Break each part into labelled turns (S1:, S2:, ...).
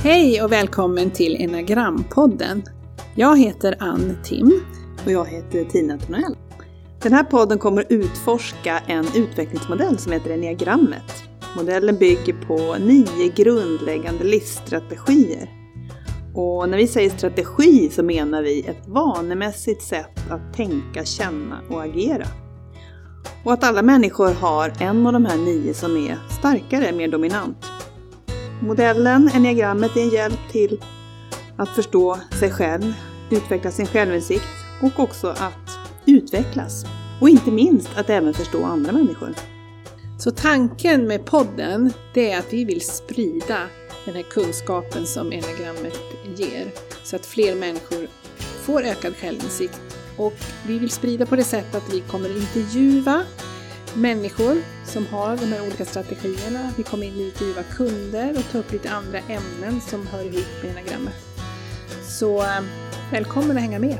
S1: Hej och välkommen till Enneagrampodden. Jag heter Ann Tim.
S2: Och jag heter Tina Tonell. Den här podden kommer utforska en utvecklingsmodell som heter Enneagrammet. Modellen bygger på 9 grundläggande livsstrategier. Och när vi säger strategi så menar vi ett vanemässigt sätt att tänka, känna och agera. Och att alla människor har en av de här 9 som är starkare, mer dominant. Modellen, enneagrammet, är en hjälp till att förstå sig själv, utveckla sin självinsikt och också att utvecklas. Och inte minst att även förstå andra människor.
S1: Så tanken med podden, det är att vi vill sprida den här kunskapen som enneagrammet ger. Så att fler människor får ökad självinsikt. Och vi vill sprida på det sättet att vi kommer intervjua människor som har de här olika strategierna. Vi kommer intervjua kunder och ta upp lite andra ämnen som hör ihop med enneagrammet. Så välkommen att hänga med!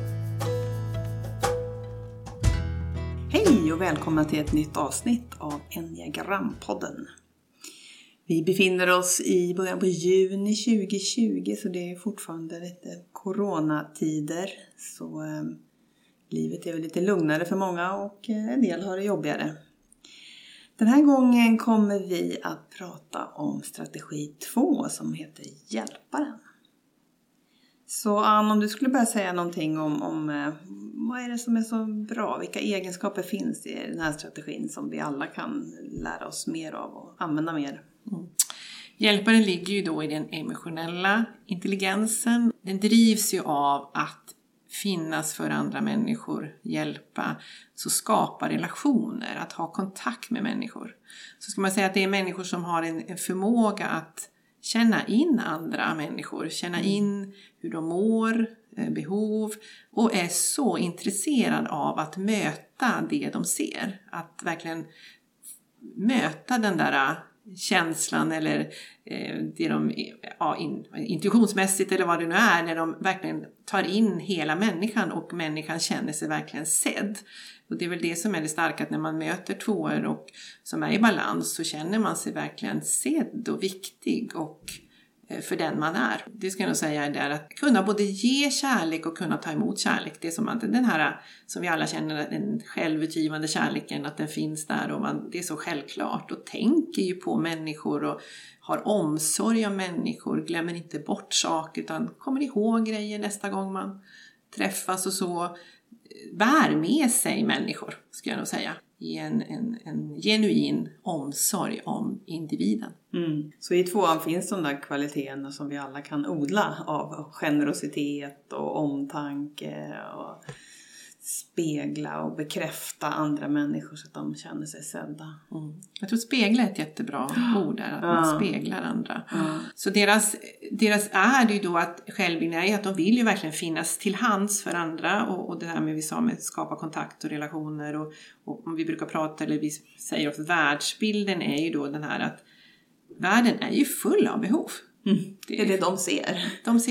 S2: Hej och välkomna till ett nytt avsnitt av Enneagrampodden. Vi befinner oss i början på juni 2020 så det är fortfarande lite coronatider. Så livet är väl lite lugnare för många och en del har det jobbigare. Den här gången kommer vi att prata om strategi 2 som heter Hjälparen. Så Ann, om du skulle börja säga någonting om vad är det som är så bra? Vilka egenskaper finns i den här strategin som vi alla kan lära oss mer av och använda mer?
S3: Hjälparen ligger ju då i den emotionella intelligensen. Den drivs ju av att finnas för andra människor, hjälpa, så skapa relationer, att ha kontakt med människor. Så ska man säga att det är människor som har en förmåga att känna in andra människor, känna in hur de mår, behov och är så intresserad av att möta det de ser. Att verkligen möta den där känslan eller det de, intuitionsmässigt eller vad det nu är, när de verkligen tar in hela människan och människan känner sig verkligen sedd. Och det är väl det som är det starka, att när man möter tvåor och som är i balans så känner man sig verkligen sedd och viktig och för den man är. Det ska jag nog säga är där att kunna både ge kärlek och kunna ta emot kärlek. Det är som att den här som vi alla känner, den självutgivande kärleken, att den finns där och det är så självklart och tänker ju på människor och har omsorg om människor, glömmer inte bort saker utan kommer ihåg grejer nästa gång man träffas och så bär med sig människor, ska jag nog säga, i en genuin omsorg om individen.
S2: Så i 2:an finns de där kvaliteterna som vi alla kan odla av generositet och omtanke och spegla och bekräfta andra människor så att de känner sig sedda.
S3: Jag tror spegla är ett jättebra ord där, att man speglar andra. Så deras är det ju då att självbilden är att de vill ju verkligen finnas till hands för andra och det här med vi sa med skapa kontakt och relationer och om vi brukar prata eller vi säger att världsbilden är ju då den här att världen är ju full av behov.
S2: Det är det de ser.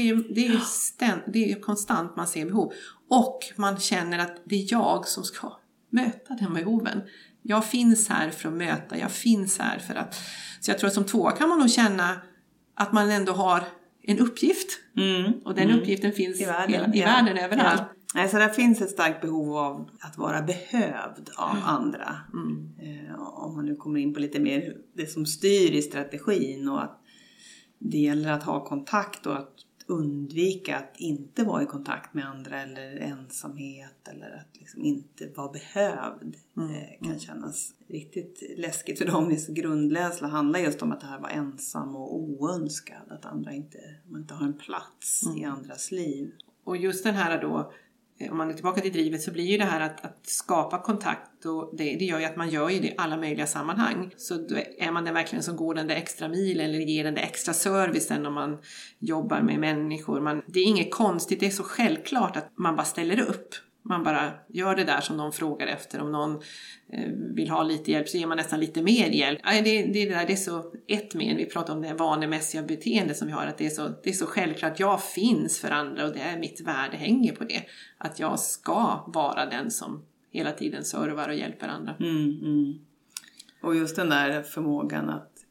S3: Det är ju konstant man ser behov. Och man känner att det är jag som ska möta den behoven. Jag finns här för att möta. Jag finns här för att... Så jag tror att som 2 kan man nog känna att man ändå har en uppgift. Och den uppgiften finns i världen överallt. Ja.
S2: Nej, så där finns ett starkt behov av att vara behövd av andra. Om man nu kommer in på lite mer det som styr i strategin och att det gäller att ha kontakt och att undvika att inte vara i kontakt med andra eller ensamhet eller att liksom inte vara behövd. Kan kännas riktigt läskigt för dem. Så grundlänsla handlar just om att det här var ensam och oönskad. Att man inte har en plats i andras liv.
S3: Och just den här då, om man är tillbaka till drivet så blir ju det här att skapa kontakt och det gör ju att man gör ju det i alla möjliga sammanhang. Så då är man den verkligen som går den där extra mil eller ger den där extra servicen om man jobbar med människor. Det är inget konstigt, det är så självklart att man bara ställer upp. Man bara gör det där som någon frågar efter. Om någon vill ha lite hjälp så ger man nästan lite mer hjälp. Det är så ett med. Vi pratar om det vanemässiga beteende som vi har. Att det är så självklart. Jag finns för andra och det är mitt värde hänger på det. Att jag ska vara den som hela tiden servar och hjälper andra.
S2: Och just den där förmågan att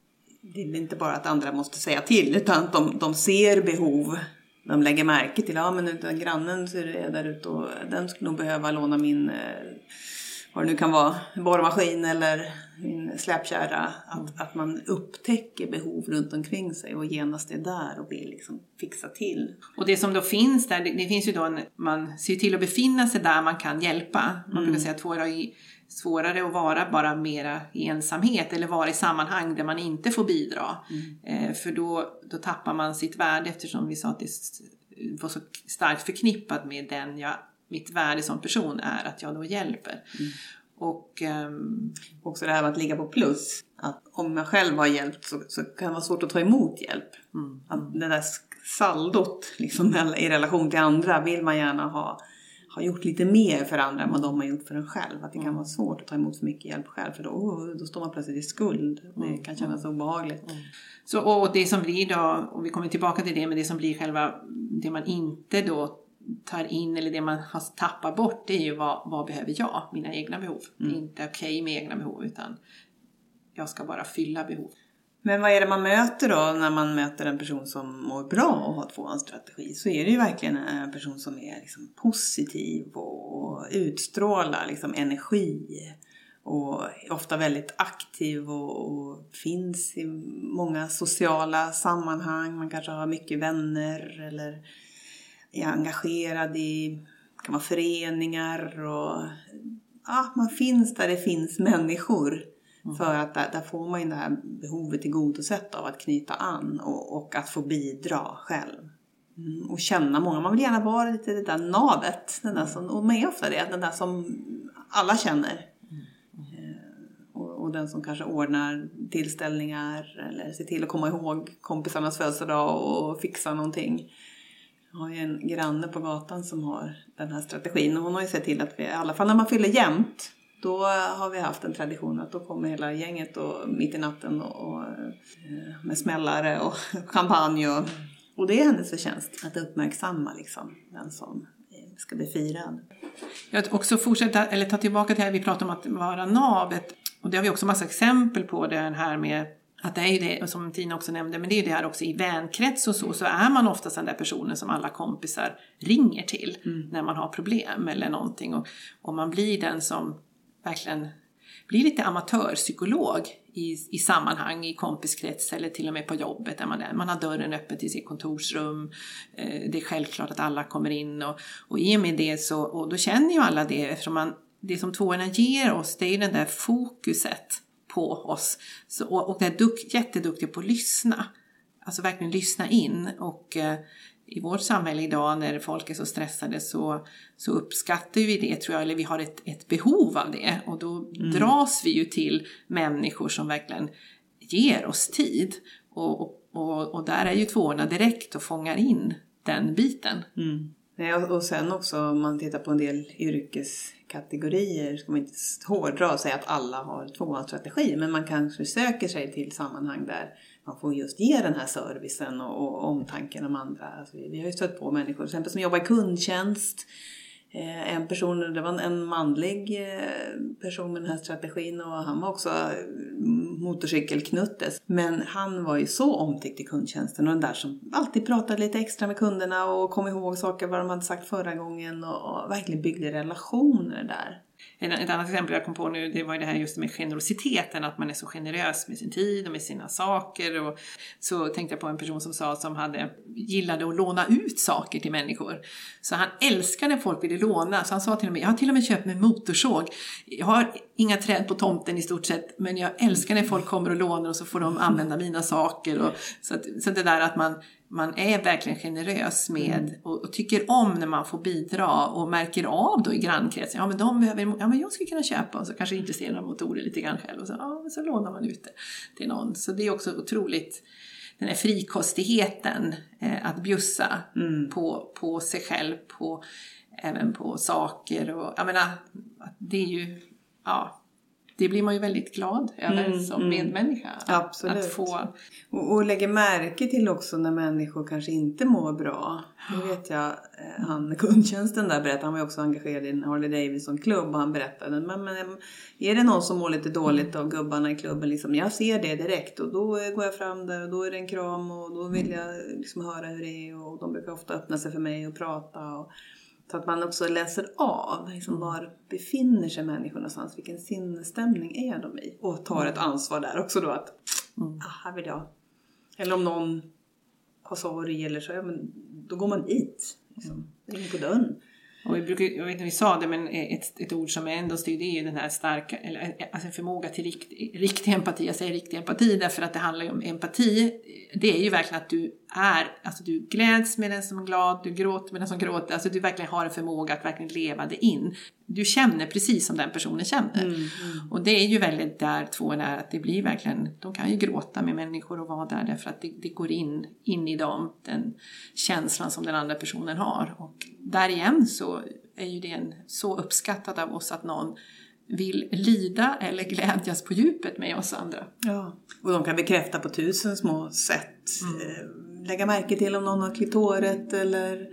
S2: det är inte bara att andra måste säga till, utan att de ser behov. De lägger märke till, men den grannen ser det där ute och den skulle nog behöva låna min, vad det nu kan vara, borrmaskin eller min släpkärra. Att man upptäcker behov runt omkring sig och genast är där och vill liksom fixa till.
S3: Och det som då finns där, det finns ju då, man ser till att befinna sig där man kan hjälpa. Man brukar säga att det är svårare att vara bara mera i ensamhet eller vara i sammanhang där man inte får bidra. För då tappar man sitt värde, eftersom vi sa att det var så starkt förknippat med mitt värde som person är att jag då hjälper. Och
S2: också det här med att ligga på plus. Att om jag själv har hjälpt så kan det vara svårt att ta emot hjälp. Att det där saldot liksom, i relation till andra vill man gärna ha gjort lite mer för andra än vad de har gjort för en själv. Att det kan vara svårt att ta emot för mycket hjälp själv. För då står man plötsligt i skuld. Det kan kännas obehagligt.
S3: Så, och det som blir då, och vi kommer tillbaka till det, men det som blir själva, det man inte då tar in eller det man har tappat bort, det är ju vad behöver jag? Mina egna behov. Det är inte okej med egna behov, utan jag ska bara fylla behov.
S2: Men vad är det man möter då när man möter en person som mår bra och har tvåhandsstrategi? Så är det ju verkligen en person som är liksom positiv och utstrålar liksom energi. Och ofta väldigt aktiv och finns i många sociala sammanhang. Man kanske har mycket vänner eller är engagerad i kan vara föreningar. Och, man finns där det finns människor. För att där får man ju det här behovet tillgodosett av att knyta an och att få bidra själv. Och känna många. Man vill gärna vara lite det där navet. Den där som, och man är ofta det. Den där som alla känner. Och den som kanske ordnar tillställningar. Eller ser till att komma ihåg kompisarnas födelsedag och fixa någonting. Jag har ju en granne på gatan som har den här strategin. Och hon har ju sett till att vi, i alla fall när man fyller jämnt. Då har vi haft en tradition att då kommer hela gänget och mitt i natten och med smällare och champagne. Och det är hennes förtjänst att uppmärksamma liksom, den som ska bli firad.
S3: Jag också fortsätta, eller ta tillbaka till det här vi pratade om att vara navet. Och det har vi också massa exempel på det här med att det är ju det, som Tina också nämnde, men det är ju det här också i vänkrets och så är man ofta den där personen som alla kompisar ringer till när man har problem eller någonting. Och man blir den som verkligen blir lite amatörpsykolog i sammanhang, i kompiskrets eller till och med på jobbet där man har dörren öppen till sitt kontorsrum. Det är självklart att alla kommer in och i och med det så, och då känner ju alla det, eftersom det som tvåorna ger oss, det är ju den där fokuset på oss. Så, och det är jätteduktiga på att lyssna. Alltså verkligen lyssna in. Och i vårt samhälle idag när folk är så stressade så uppskattar vi det, tror jag. Eller vi har ett behov av det. Och då dras vi ju till människor som verkligen ger oss tid. Och där är ju tvåorna direkt och fångar in den biten.
S2: Och sen också om man tittar på en del yrkeskategorier ska man inte hårdra och säga att alla har tvåhandsstrategi, men man kanske söker sig till sammanhang där man får just ge den här servicen och omtanken om andra. Alltså vi har ju stött på människor till exempel som jobbar i kundtjänst. En person, det var en manlig person med den här strategin och han var också motorcykelknuttes. Men han var ju så omtyckt i kundtjänsten och den där som alltid pratade lite extra med kunderna och kom ihåg saker vad de hade sagt förra gången och verkligen byggde relationer där.
S3: Ett annat exempel jag kom på nu, det var det här just med generositeten, att man är så generös med sin tid och med sina saker. Och så tänkte jag på en person som gillade att låna ut saker till människor. Så han älskade när folk ville låna. Så han sa till mig, jag har till och med köpt mig motorsåg. Jag har inga träd på tomten i stort sett, men jag älskar när folk kommer och lånar och så får de använda mina saker. Och så det där att man är verkligen generös med och tycker om när man får bidra och märker av då i grannkretsen. Ja, men de behöver, men jag skulle kunna köpa och så kanske intresserar de motorer lite grann själv. Och så lånar man ut det till någon. Så det är också otroligt, den här frikostigheten att bjussa på sig själv, även på saker. Och jag menar, det är ju, det blir man ju väldigt glad över som medmänniska.
S2: Absolut.
S3: Att få...
S2: och lägger märke till också när människor kanske inte mår bra. Det vet jag, han kundtjänsten där berättade, han var ju också engagerad i en Harley Davidson-klubb och han berättade, men är det någon som mår lite dåligt av gubbarna i klubben, liksom, jag ser det direkt och då går jag fram där och då är det en kram och då vill jag liksom höra hur det är och de brukar ofta öppna sig för mig och prata och så att man också läser av liksom, var befinner sig människor någonstans, vilken sinnesstämning är de i och tar ett ansvar där också då att här vill jag, eller om någon har sorg eller så, ja, men då går man dit liksom. Det är på dörren.
S3: Och jag vet inte om vi sa det, men ett ord som är ändå styr, det är ju den här starka, eller alltså förmåga till riktig empati. Jag säger riktig empati därför att det handlar ju om empati. Det är ju verkligen att du gläds med den som är glad, du gråter med den som gråter. Alltså du verkligen har en förmåga att verkligen leva det in. Du känner precis som den personen känner. Och det är ju väldigt där två är att det blir verkligen, de kan ju gråta med människor och vara där därför att det går in i dem, den känslan som den andra personen har. Och där igen så är ju det så uppskattat av oss att någon vill lida eller glädjas på djupet med oss andra.
S2: Ja, och de kan bekräfta på 1000 små sätt. Lägga märke till om någon har klippt håret eller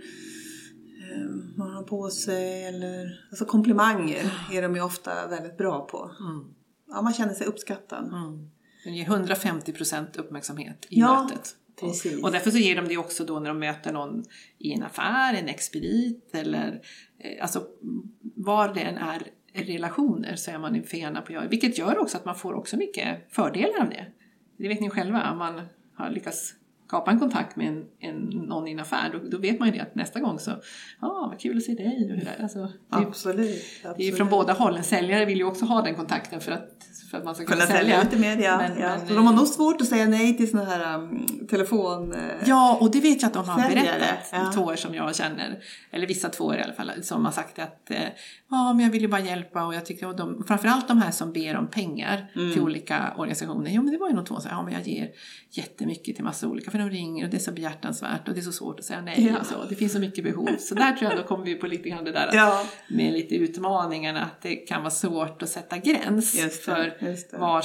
S2: vad han har på sig. Eller, alltså komplimanger är de ju ofta väldigt bra på. Ja, man känner sig uppskattad.
S3: Den ger 150% uppmärksamhet i mötet.
S2: Precis.
S3: Och därför så ger de det också då när de möter någon i en affär, en expedit eller alltså var det än är relationer så är man en fena på att göra. Vilket gör också att man får också mycket fördelar av det. Det vet ni själva, om man har lyckats skapa en kontakt med någon i en affär, då vet man ju det att nästa gång så, vad kul att se dig. Och hur det, alltså,
S2: absolut.
S3: Det är från båda hållen. Säljare vill ju också ha den kontakten för att man ska kunna sälja
S2: lite mer, Men de har nog svårt att säga nej till såna här telefon.
S3: Ja, och det vet jag att de har berättat. Tvåor som jag känner, eller vissa tvåor i alla fall, som har sagt att men jag vill ju bara hjälpa och jag tycker framförallt de här som ber om pengar till olika organisationer. Ja, men det var ju någon två som sa, men jag ger jättemycket till massa olika, för de ringer och det är så behjärtansvärt och det är så svårt att säga nej och så. Det finns så mycket behov. Så där tror jag då kommer vi på lite grann det där med lite utmaningarna, att det kan vara svårt att sätta gräns för var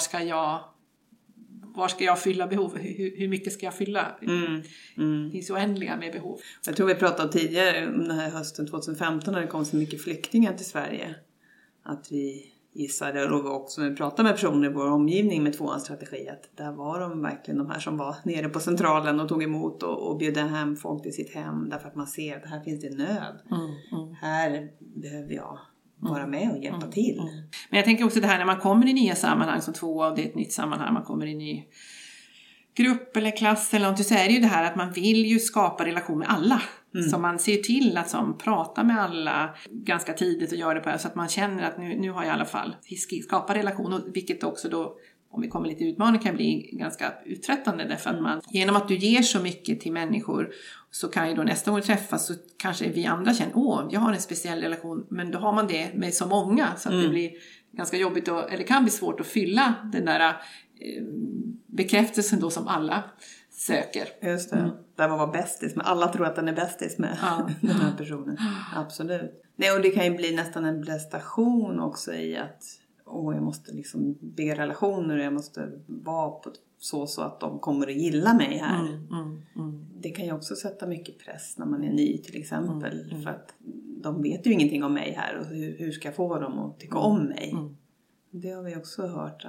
S3: ska jag fylla behov? Hur mycket ska jag fylla? Det finns oändliga med behov.
S2: Jag tror vi pratade om tidigare, den här hösten 2015 när det kom så mycket flyktingar till Sverige. Att vi gissade, och också när vi pratade med personer i vår omgivning med tvåans strategi, att där var de verkligen de här som var nere på centralen och tog emot och bjöd hem folk till sitt hem. Därför att man ser att här finns det nöd. Här behöver jag vara med och hjälpa till.
S3: Men jag tänker också det här när man kommer i nya sammanhang som tvåa, och det är ett nytt sammanhang, man kommer in i grupp eller klass eller något, så är det ju det här att man vill ju skapa relation med alla. Så man ser till att prata med alla ganska tidigt och gör det på så att man känner att nu har jag i alla fall skapat relation, och vilket också då, om vi kommer lite utmaning, kan bli ganska uttröttande därför att man, genom att du ger så mycket till människor, så kan ju då nästa gång träffas så kanske vi andra känner, jag har en speciell relation, men då har man det med så många så att det blir ganska jobbigt eller kan bli svårt att fylla den där bekräftelsen då som alla söker.
S2: Just det. Där man var bästis, men alla tror att den är bästis med den här personen. Absolut. Nej, och det kan ju bli nästan en prestation också i att jag måste liksom bygga relationer och jag måste vara på så att de kommer att gilla mig här. Det kan ju också sätta mycket press när man är ny till exempel. För att de vet ju ingenting om mig här och hur ska jag få dem att tycka om mig. Det har vi också hört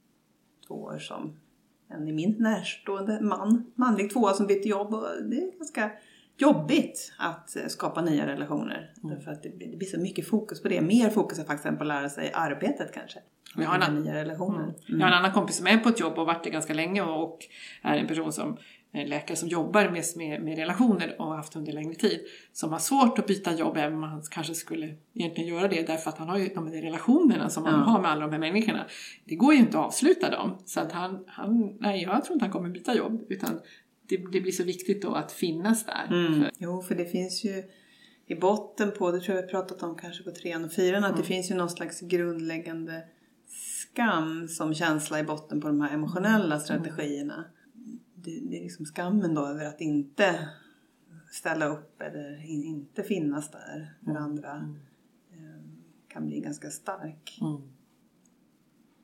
S2: 2 år som en i min närstående manlig tvåa som bytte jobb, och det är ganska jobbigt att skapa nya relationer. Därför att det blir så mycket fokus på det. Mer fokus faktiskt än på att lära sig arbetet kanske.
S3: Jag har
S2: nya relationer.
S3: Jag har en annan kompis som är på ett jobb och varit det ganska länge och är en person som en läkare som jobbar med relationer och har haft under längre tid, som har svårt att byta jobb även om han kanske skulle egentligen göra det, därför att han har ju de här relationerna som man har med alla de här människorna. Det går ju inte att avsluta dem, så att jag tror inte han kommer byta jobb, utan det blir så viktigt då att finnas där.
S2: Jo, för det finns ju i botten på, det tror jag vi pratat om kanske på 3 och 4, att det finns ju någon slags grundläggande skam som känsla i botten på de här emotionella strategierna. Det är liksom skammen då över att inte ställa upp eller inte finnas där för andra kan bli ganska stark.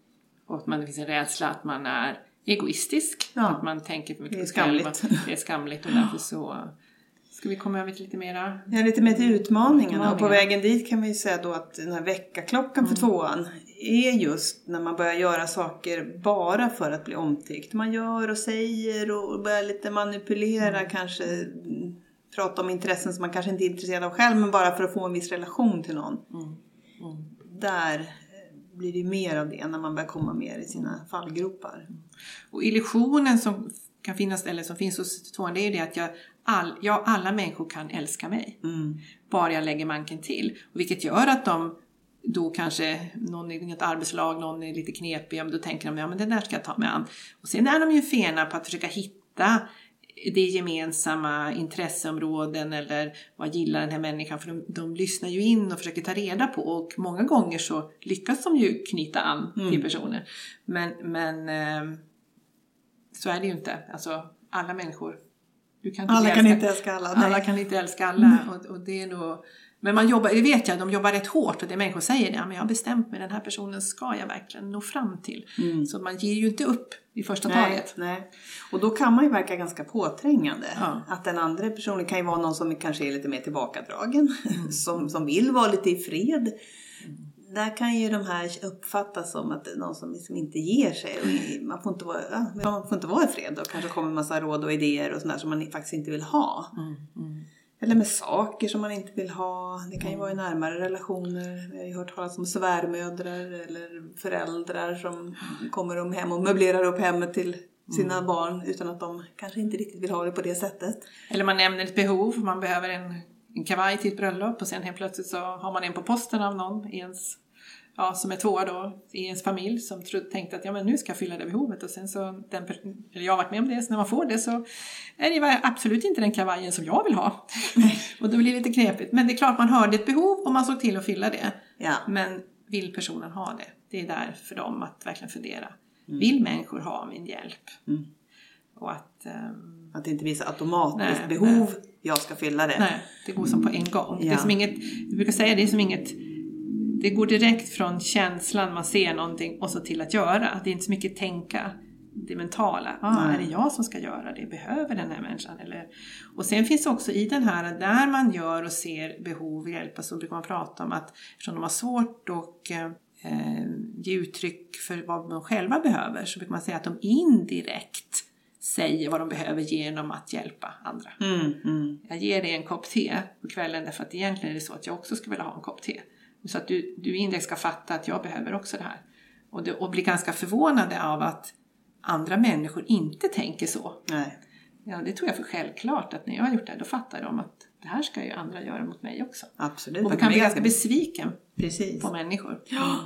S3: Och att det finns en rädsla att man är egoistisk.
S2: Ja.
S3: Att man tänker på
S2: det är skamligt.
S3: Det är skamligt och därför så ska vi komma över till lite mera...
S2: Ja, lite mer till utmaningarna. Och på vägen dit kan vi säga då att den här väckarklockan för 2:an är just när man börjar göra saker bara för att bli omtyckt. Man gör och säger och börjar lite manipulera, kanske prata om intressen som man kanske inte är intresserad av själv, men bara för att få en viss relation till någon. Där blir det mer av det när man börjar komma mer i sina fallgropar.
S3: Och illusionen som kan finnas, eller som finns hos 2:an, det är ju det att alla människor kan älska mig. Bara jag lägger manken till. Och vilket gör att de då kanske, någon är ett arbetslag, någon är lite knepig, då tänker de, ja men det där ska jag ta mig an. Och sen är de ju fena på att försöka hitta det gemensamma intresseområden eller vad gillar den här människan, för de lyssnar ju in och försöker ta reda på, och många gånger så lyckas de ju knyta an till personer. Men så är det ju inte. Alltså alla människor,
S2: alla kan inte älska alla.
S3: Alla kan inte älska alla, och det är nog... Men man jobbar, det vet jag, de jobbar rätt hårt, och det människor säger det, ja, men jag har bestämt mig, den här personen ska jag verkligen nå fram till. Så man ger ju inte upp i första taget.
S2: Nej. Och då kan man ju verka ganska påträngande. Ja. Att den andra personen kan ju vara någon som kanske är lite mer tillbakadragen, som vill vara lite i fred. Där kan ju de här uppfattas som att någon som liksom inte ger sig. Och man får inte vara i fred. Och kanske kommer en massa råd och idéer och sådär som man faktiskt inte vill ha. Eller med saker som man inte vill ha. Det kan ju vara i närmare relationer. Vi har ju hört talas om svärmödrar eller föräldrar som kommer hem och möblerar upp hemmet till sina barn utan att de kanske inte riktigt vill ha det på det sättet.
S3: Eller man nämner ett behov. Man behöver en kavaj till ett bröllop, och sen helt plötsligt så har man en på posten av någon som är 2 då i ens familj som tänkte att men nu ska jag fylla det behovet, och sen så jag har varit med om det, så när man får det så är det absolut inte den kavajen som jag vill ha. Och då blir det lite knepigt, men det är klart man hörde ett behov och man såg till att fylla det. Men vill personen ha det? Det är där för dem att verkligen fundera. Vill människor ha min hjälp? Och att
S2: det inte blir så automatiskt behov, jag ska fylla det.
S3: Nej, det går som på en gång. Det är som inget, jag brukar säga, det är som inget. Det går direkt från känslan, man ser någonting, och så till att göra. Det är inte så mycket tänka, det mentala. Är det jag som ska göra det? Behöver den här människan? Och sen finns också i den här, där man gör och ser behov och hjälpa, så brukar man prata om att eftersom de har svårt att ge uttryck för vad de själva behöver, så brukar man säga att de indirekt säger vad de behöver genom att hjälpa andra. Jag ger dig en kopp te på kvällen därför att egentligen är det så att jag också skulle vilja ha en kopp te. Så att du indirekt ska fatta att jag behöver också det här. Och bli ganska förvånade av att andra människor inte tänker så.
S2: Nej.
S3: Ja, det tror jag för självklart, att när jag har gjort det, då fattar de att det här ska ju andra göra mot mig också.
S2: Absolut.
S3: Och man kan bli ganska besviken
S2: på
S3: människor.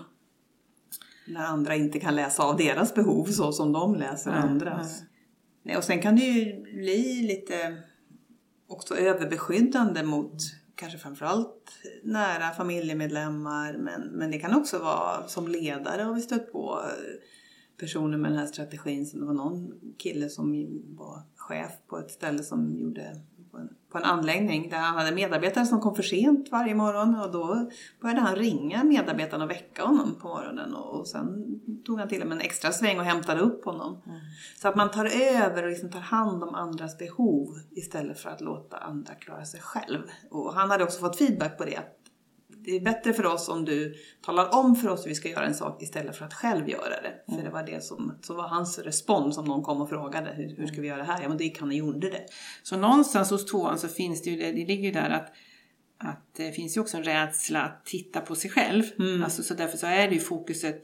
S2: När andra inte kan läsa av deras behov så som de läser andras. Nej, och sen kan det ju bli lite också överbeskyddande mot kanske framförallt nära familjemedlemmar, men det kan också vara som ledare, har vi stött på personer med den här strategin. Som det var någon kille som var chef på ett ställe som gjorde på en anläggning där han hade medarbetare som kom för sent varje morgon, och då började han ringa medarbetarna och väcka honom på morgonen, och sen tog han till med en extra sväng och hämtade upp honom. Så att man tar över och liksom tar hand om andras behov istället för att låta andra klara sig själv. Och han hade också fått feedback på det. Det är bättre för oss om du talar om för oss hur vi ska göra en sak istället för att själv göra det. För det var det som var hans respons om någon kom och frågade hur ska vi göra det här? Ja, men det gick han och gjorde det.
S3: Så någonstans hos 2:an så finns det ju det ligger ju där att det finns ju också en rädsla att titta på sig själv. Alltså, så därför så är det ju fokuset,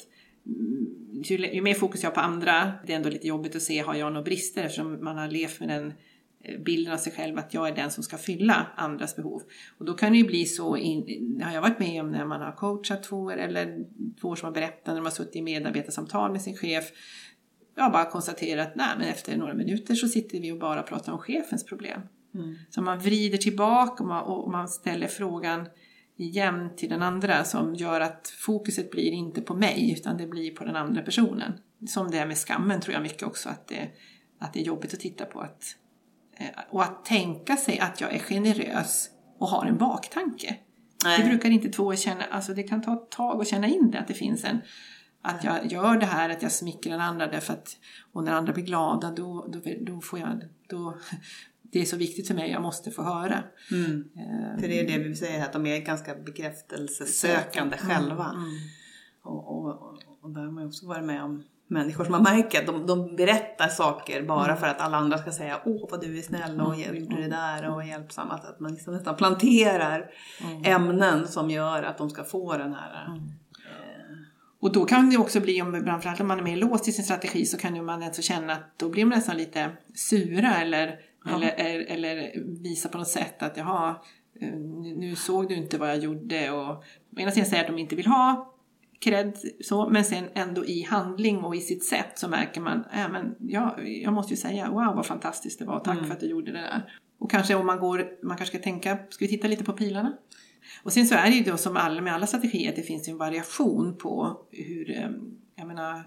S3: ju mer fokus jag har på andra, det är ändå lite jobbigt att se, har jag några brister, eftersom man har levt med den bilden av sig själv att jag är den som ska fylla andras behov. Och då kan det ju bli så, har jag varit med om när man har coachat 2 eller 2 som har berättat när de har suttit i medarbetarsamtal med sin chef. Jag har bara konstaterat att men efter några minuter så sitter vi och bara pratar om chefens problem. Så man vrider tillbaka och man ställer frågan igen till den andra, som gör att fokuset blir inte på mig utan det blir på den andra personen. Som det är med skammen, tror jag mycket också, att det är jobbigt att titta på och att tänka sig att jag är generös och har en baktanke. Nej. Det brukar inte 2 känna, alltså det kan ta ett tag att känna in det, att det finns Att jag gör det här, att jag smickrar den andra därför att, och när andra blir glada då får jag, det är så viktigt för mig, jag måste få höra.
S2: För det är det vi säger, att de är ganska bekräftelsesökande själva. Och där har man också varit med om människor som har märkt att de berättar saker bara för att alla andra ska säga vad du är snäll och gjorde det där och hjälpsam. Att man liksom nästan planterar ämnen som gör att de ska få den här...
S3: Och då kan det också bli, framförallt om man är mer låst i sin strategi, så kan ju man alltså känna att då blir man nästan lite sura eller visa på något sätt att nu såg du inte vad jag gjorde, och ena sidan säger att de inte vill ha cred, så, men sen ändå i handling och i sitt sätt så märker man, men jag måste ju säga, wow vad fantastiskt det var, tack för att du gjorde det där. Och kanske om man kanske ska tänka, ska vi titta lite på pilarna? Och sen så är det ju då som med alla strategier att det finns en variation på hur, jag menar,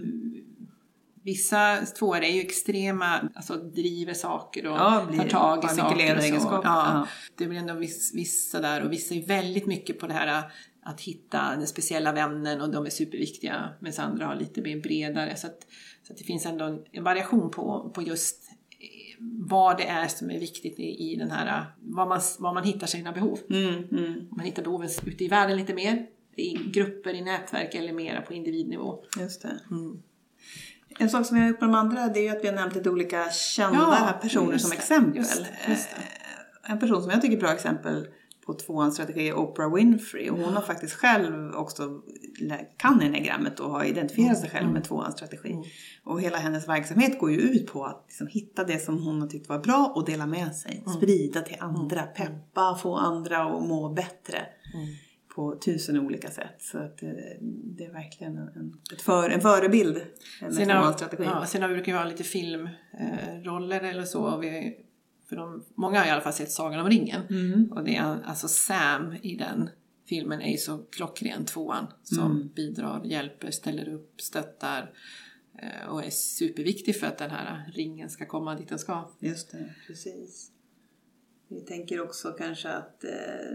S3: vissa tvåor är ju extrema, alltså driver saker och tar tag i saker och så. Det blir ändå vissa där, och vissa är väldigt mycket på det här att hitta den speciella vännen, och de är superviktiga, medan andra har lite mer bredare, så att det finns ändå en variation på just vad det är som är viktigt i den här, var man hittar sina behov. Man hittar behoven ute i världen lite mer, i grupper, i nätverk, eller mera på individnivå.
S2: Just det. En sak som jag har gjort på de andra, det är ju att vi har nämnt lite olika kända personer som exempel. Just det. En person som jag tycker är bra exempel på tvåans strategi är Oprah Winfrey. Och hon har faktiskt själv också kan enneagrammet och har identifierat sig själv med tvåans strategi. Och hela hennes verksamhet går ju ut på att liksom hitta det som hon har tyckt var bra och dela med sig. Sprida till andra, peppa, få andra att må bättre på 1000 olika sätt. Så att det är verkligen en förebild med tvåans strategi.
S3: Sen har vi brukar ha lite filmroller eller så, och många har i alla fall sett Sagan om ringen. Och det är alltså Sam i den filmen är ju så klockren, tvåan, som bidrar, hjälper, ställer upp, stöttar och är superviktig för att den här ringen ska komma dit den ska.
S2: Just det, precis. Vi tänker också kanske att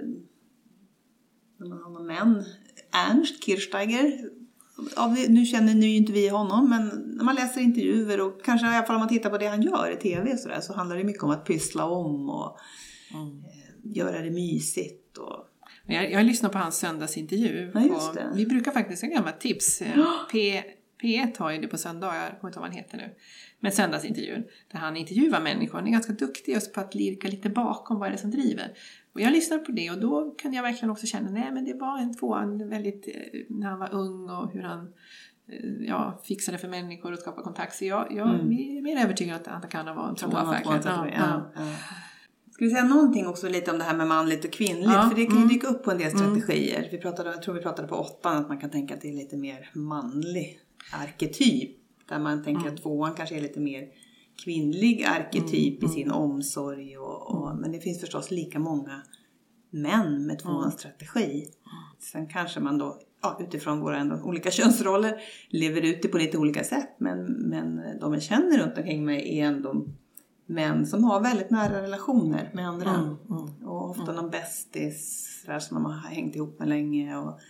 S2: när man har någon män, Ernst Kirchsteiger, nu känner ju inte vi honom, men när man läser intervjuer och kanske i alla fall om man tittar på det han gör i tv så handlar det mycket om att pyssla om och göra det mysigt. Och...
S3: Jag lyssnar på hans söndagsintervju. Vi brukar faktiskt ha gamla tips. P1 har ju det på söndagar, jag kommer inte ihåg vad han heter nu. Men söndagsintervjun, där han intervjuar människor. Han är ganska duktig just på att lirka lite bakom vad det är som driver. Och jag lyssnar på det, och då kan jag verkligen också känna, men det var en tvåan väldigt, när han var ung och hur han fixade för människor och skapade kontakt. Så jag är mer övertygad att han kan vara en tvåa.
S2: Ska vi säga någonting också lite om det här med manligt och kvinnligt? För det kan ju dyka upp på en del strategier. Jag tror vi pratade på 8 att man kan tänka att det är lite mer manlig arketyp. Där man tänker att tvåan kanske är lite mer kvinnlig arketyp i sin omsorg. Men det finns förstås lika många män med tvåans strategi. Sen kanske man då utifrån våra ändå olika könsroller lever ut det på lite olika sätt. Men de jag känner runt omkring mig är ändå män som har väldigt nära relationer med andra. Och ofta någon bästis som de har hängt ihop med länge. Och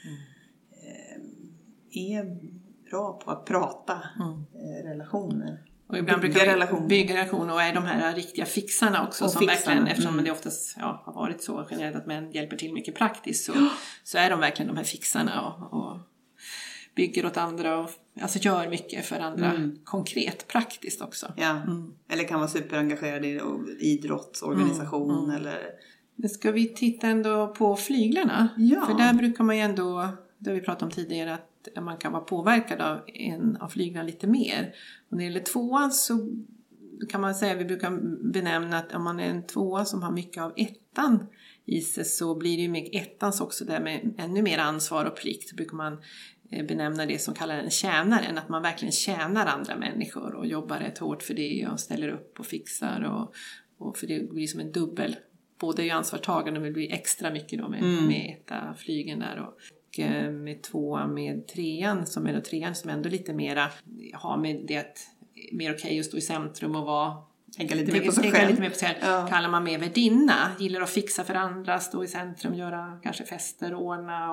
S2: är bra på att prata relationer.
S3: Och ibland brukar vi bygga relationer och är de här riktiga fixarna också. Och som verkligen, eftersom det oftast har varit så generellt att män hjälper till mycket praktiskt. Så är de verkligen de här fixarna och bygger åt andra och alltså gör mycket för andra konkret, praktiskt också. Ja,
S2: eller kan vara superengagerad i idrottsorganisation eller...
S3: Men ska vi titta ändå på flyglarna? Ja. För där brukar man ju ändå, det har vi pratat om tidigare, att man kan vara påverkad av en av flyglarna lite mer. Och när det gäller tvåan så kan man säga, vi brukar benämna att om man är en tvåa som har mycket av ettan i sig, så blir det ju med ettans också där med ännu mer ansvar och plikt. Så brukar man benämna det som kallar en tjänaren, att man verkligen tjänar andra människor och jobbar rätt hårt för det och ställer upp och fixar och för det blir som en dubbel, både i ansvarstagande men det blir extra mycket då med etta flygen där och med tvåan med trean som ändå lite mera har med det att mer okej att stå i centrum och vara
S2: Tänka lite mer på sig själv.
S3: Kallar man mer värdinna. Gillar att fixa för andra, stå i centrum, göra kanske fester, ordna.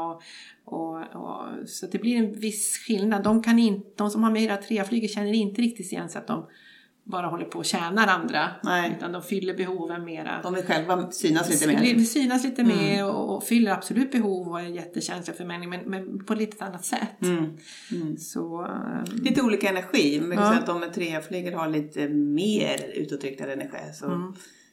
S3: Så det blir en viss skillnad. De som har mera träflyger känner inte riktigt igen sig att de bara håller på och tjänar andra. Nej. Utan de fyller behoven mera.
S2: De vill själva synas lite mer.
S3: De synas lite mer och fyller absolut behov och är jättekänsliga för människor. Men på ett lite annat sätt. Så,
S2: lite olika energi. Man kan säga att de med träflyger har lite mer utåtriktad energi. Så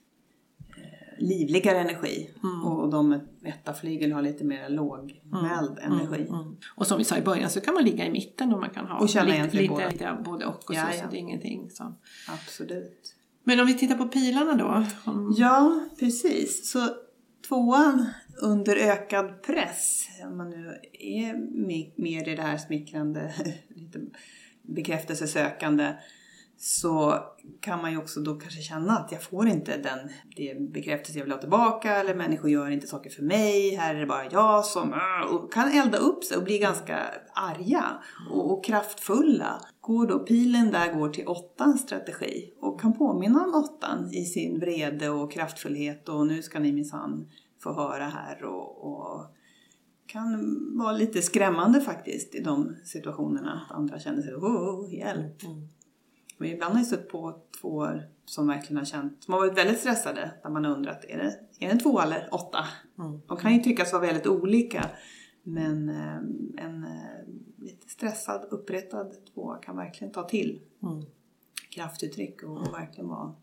S2: livligare energi. Och de med ettaflyger har lite mer lågmäld energi.
S3: Och som vi sa i början så kan man ligga i mitten och man kan ha
S2: och känna
S3: lite både och så det är ingenting så.
S2: Absolut.
S3: Men om vi tittar på pilarna då?
S2: Ja, precis. Så 2:an under ökad press, om man nu är mer i det här smickrande, lite bekräftelsesökande, så kan man ju också då kanske känna att jag får inte det bekräftelse jag vill ha tillbaka, eller människor gör inte saker för mig, här är det bara jag som och kan elda upp sig och bli ganska arga och kraftfulla. Pilen där går till 8:ans strategi och kan påminna om 8:an i sin vrede och kraftfullhet, och nu ska ni minsann få höra här, och kan vara lite skrämmande faktiskt i de situationerna att andra känner sig hjälp. Men ibland har jag stött på 2:or som verkligen har känt, som har varit väldigt stressade, där man undrat, är det en 2 eller 8? De kan ju tyckas vara väldigt olika, men en lite stressad, upprättad 2 kan verkligen ta till kraftuttryck och verkligen vara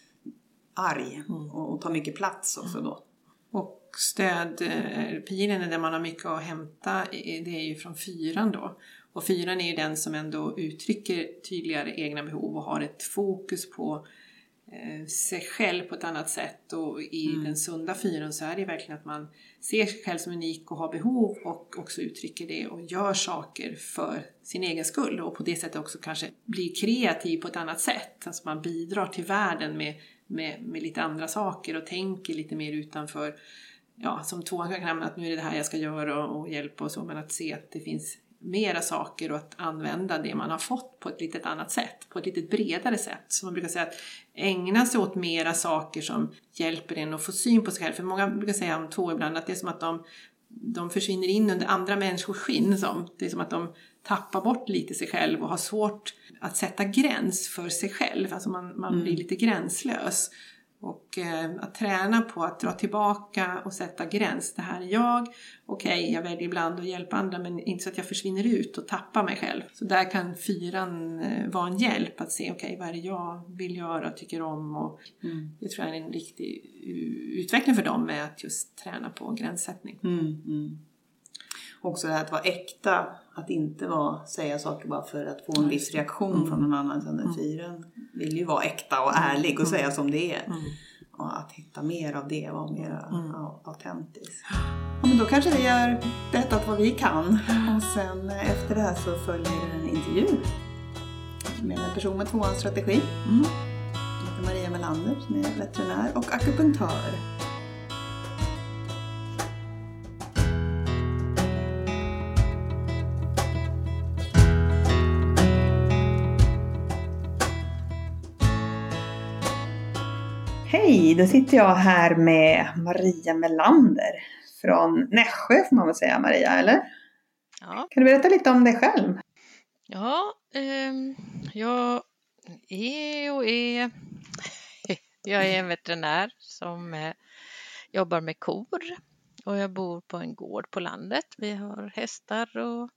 S2: arg och ta mycket plats också då.
S3: Och stödpilen där man har mycket att hämta, det är ju från 4:an då. Och 4:an är ju den som ändå uttrycker tydligare egna behov och har ett fokus på sig själv på ett annat sätt. Och i den sunda 4:an så är det verkligen att man ser sig själv som unik och har behov och också uttrycker det och gör saker för sin egen skull. Och på det sättet också kanske blir kreativ på ett annat sätt. Alltså man bidrar till världen med lite andra saker och tänker lite mer utanför. Ja, som 2:an kan nämna att nu är det här jag ska göra och hjälpa och så. Men att se att det finns mera saker och att använda det man har fått på ett lite annat sätt. På ett lite bredare sätt. Så man brukar säga att ägna sig åt mera saker som hjälper en att få syn på sig själv. För många brukar säga om 2 ibland att det är som att de försvinner in under andra människors skinn. Det är som att de tappar bort lite sig själv och har svårt att sätta gräns för sig själv. Alltså man blir lite gränslös. Och att träna på att dra tillbaka och sätta gräns. Det här är jag. Okej, jag väljer ibland att hjälpa andra, men inte så att jag försvinner ut och tappar mig själv. Så där kan 4:an vara en hjälp att se vad är det jag vill göra och tycker om. Och det tror jag är en riktig utveckling för dem med att just träna på gränssättning.
S2: Också det här att vara äkta, att inte säga saker bara för att få en viss reaktion från någon annan. Utan 4:an vill ju vara äkta och ärlig och säga som det är. Och att hitta mer av det, vara mer autentisk. Ja, men då kanske vi har berättat vad vi kan. Och sen efter det här så följer en intervju med en person med 2:ans strategi. Heter Maria Melander som är veterinär och akupunktör. Hej, då sitter jag här med Maria Melander från Nässjö får man väl säga, Maria, eller?
S4: Ja.
S2: Kan du berätta lite om dig själv?
S4: Ja, jag är en veterinär som jobbar med kor och jag bor på en gård på landet. Vi har hästar och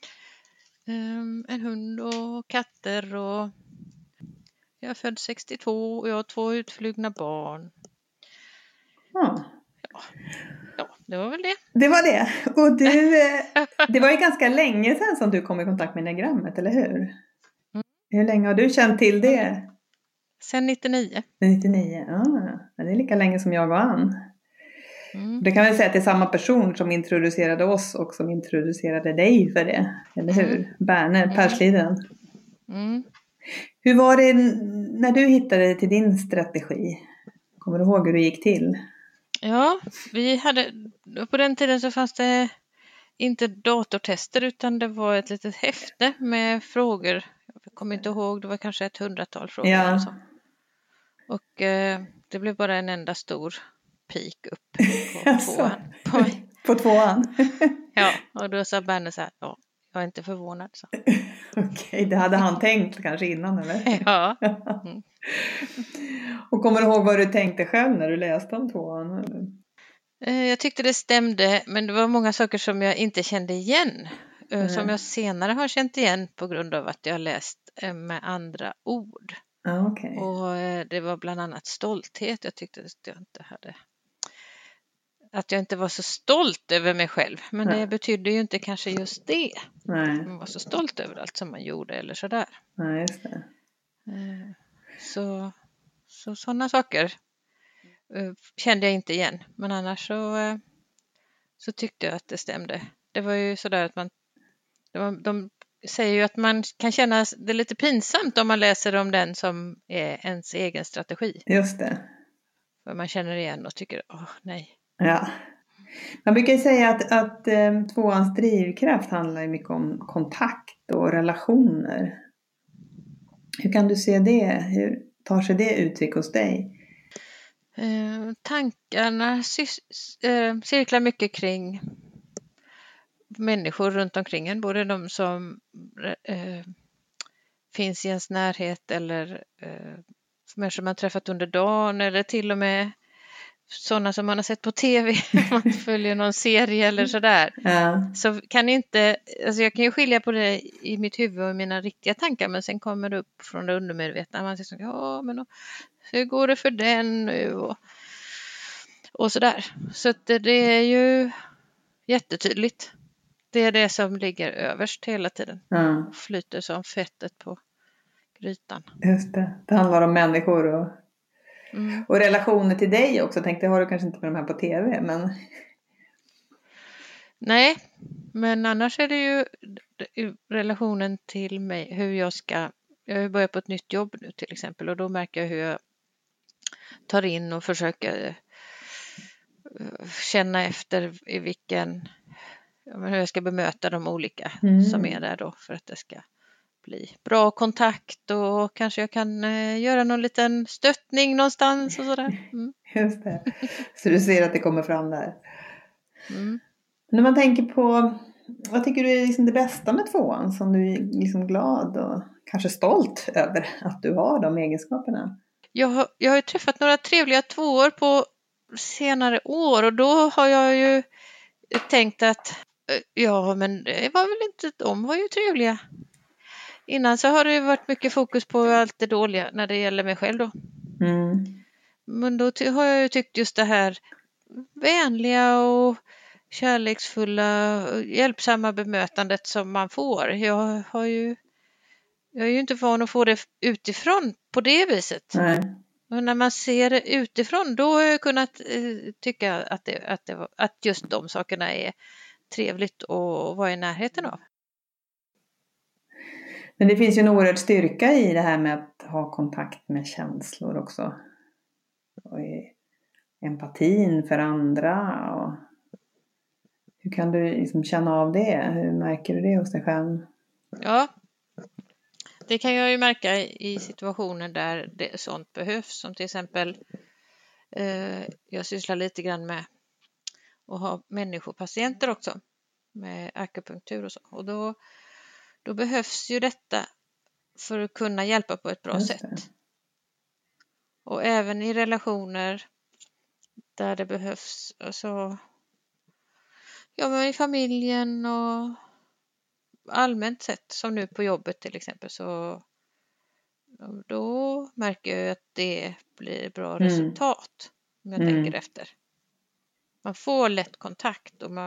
S4: en hund och katter och jag är född 62 och jag har 2 utflugna barn. Ja, det var väl det.
S2: Det var det. Och det var ju ganska länge sedan som du kom i kontakt med enneagrammet, eller hur? Hur länge har du känt till det?
S4: Sen 99.
S2: 99, det är lika länge som jag och Ann. Det kan väl säga att det är samma person som introducerade oss och som introducerade dig för det, eller hur? Berner Persliden. Hur var det när du hittade till din strategi? Kommer du ihåg hur det gick till?
S4: Ja, på den tiden så fanns det inte datortester utan det var ett litet häfte med frågor. Jag kommer inte ihåg, det var kanske 100-tal frågor.
S2: Ja.
S4: Eller så. Och det blev bara en enda stor pik upp på
S2: Jaså?
S4: tvåan på mig.
S2: På tvåan?
S4: Ja, och då sa Berner så här, ja, jag är inte förvånad. Så.
S2: Okej, det hade han tänkt kanske innan eller?
S4: Ja. Mm.
S2: Och kommer du ihåg vad du tänkte själv när du läste om tvåan? Eller?
S4: Jag tyckte det stämde, men det var många saker som jag inte kände igen. Som jag senare har känt igen på grund av att jag har läst med andra ord.
S2: Ah, okay.
S4: Och det var bland annat stolthet. Jag tyckte att jag inte var så stolt över mig själv. Men det betydde ju inte kanske just det.
S2: Nej.
S4: Att man var så stolt över allt som man gjorde eller sådär.
S2: Nej, just det.
S4: Så sådana saker kände jag inte igen. Men annars så tyckte jag att det stämde. Det var ju sådär att de säger ju att man kan känna det lite pinsamt om man läser om den som är ens egen strategi.
S2: Just det.
S4: För man känner igen och tycker, nej.
S2: Ja. Man brukar ju säga att tvåans drivkraft handlar ju mycket om kontakt och relationer. Hur kan du se det? Hur tar sig det uttryck hos dig?
S4: Tankarna cirklar mycket kring människor runt omkring en. Både de som finns i ens närhet eller människor man träffat under dagen eller till och med sådana som man har sett på tv, man följer någon serie eller sådär.
S2: Ja.
S4: Så kan inte, alltså jag kan ju skilja på det i mitt huvud och i mina riktiga tankar, men sen kommer det upp från det undermedvetna. Man säger så, ja men hur går det för den nu och sådär. Så att det är ju jättetydligt. Det är det som ligger överst hela tiden.
S2: Ja.
S4: Flyter som fettet på grytan.
S2: Just det. Det handlar om människor och relationer till dig också. Tänkte, har du kanske inte med de här på tv, men...
S4: Nej, men annars är det ju relationen till mig, hur jag har börjat på ett nytt jobb nu till exempel, och då märker jag hur jag tar in och försöker känna efter i hur jag ska bemöta de olika som är där då, för att det ska bli bra kontakt, och kanske jag kan göra någon liten stöttning någonstans och sådär.
S2: Just det. Så du ser att det kommer fram där.
S4: Mm.
S2: När man tänker på, vad tycker du är liksom det bästa med tvåan, som du är liksom glad och kanske stolt över att du har de egenskaperna?
S4: Jag har ju träffat några trevliga tvåor på senare år, och då har jag ju tänkt att ja, men det var väl inte, de var ju trevliga. Innan så har det varit mycket fokus på allt det dåliga när det gäller mig själv då. Men då har jag ju tyckt just det här vänliga och kärleksfulla och hjälpsamma bemötandet som man får. Jag är ju inte van att få det utifrån på det viset.
S2: Nej.
S4: Och när man ser det utifrån, då har jag kunnat tycka att just de sakerna är trevligt att vara i närheten av.
S2: Men det finns ju en oerhörd styrka i det här med att ha kontakt med känslor också. Och empatin för andra. Och hur kan du liksom känna av det? Hur märker du det hos dig själv?
S4: Ja, det kan jag ju märka i situationer där sånt behövs. Som till exempel, jag sysslar lite grann med att ha människopatienter också. Med akupunktur och så. Och då behövs ju detta för att kunna hjälpa på ett bra sätt. Och även i relationer där det behövs, alltså, ja, men i familjen och allmänt sett, som nu på jobbet till exempel, så då märker jag att det blir bra resultat om jag tänker efter. Man får lätt kontakt och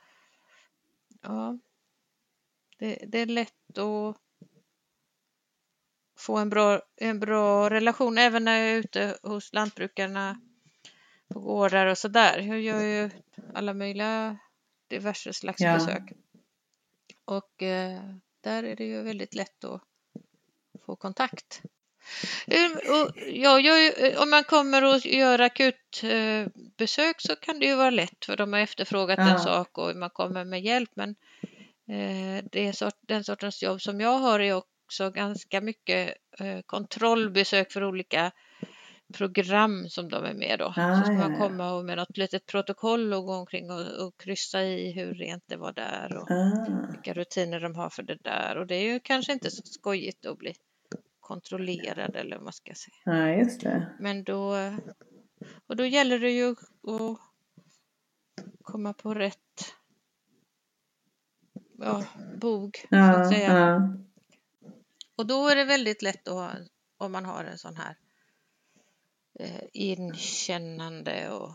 S4: det är lätt att få en bra relation även när jag är ute hos lantbrukarna på gårdar och sådär. Jag gör ju alla möjliga diverse slags besök. Och där är det ju väldigt lätt att få kontakt. Om man kommer och gör akutbesök så kan det ju vara lätt, för de har efterfrågat en sak och man kommer med hjälp. Men den sortens jobb som jag har är också ganska mycket kontrollbesök för olika program som de är med då. Så ska man komma och med något litet protokoll och gå omkring och kryssa i hur rent det var där och vilka rutiner de har för det där. Och det är ju kanske inte så skojigt att bli kontrollerad eller vad man ska säga.
S2: Ja, just det.
S4: Men då gäller det ju att komma på rätt bog så att säga.
S2: Ja.
S4: Och då är det väldigt lätt att ha, om man har en sån här inkännande och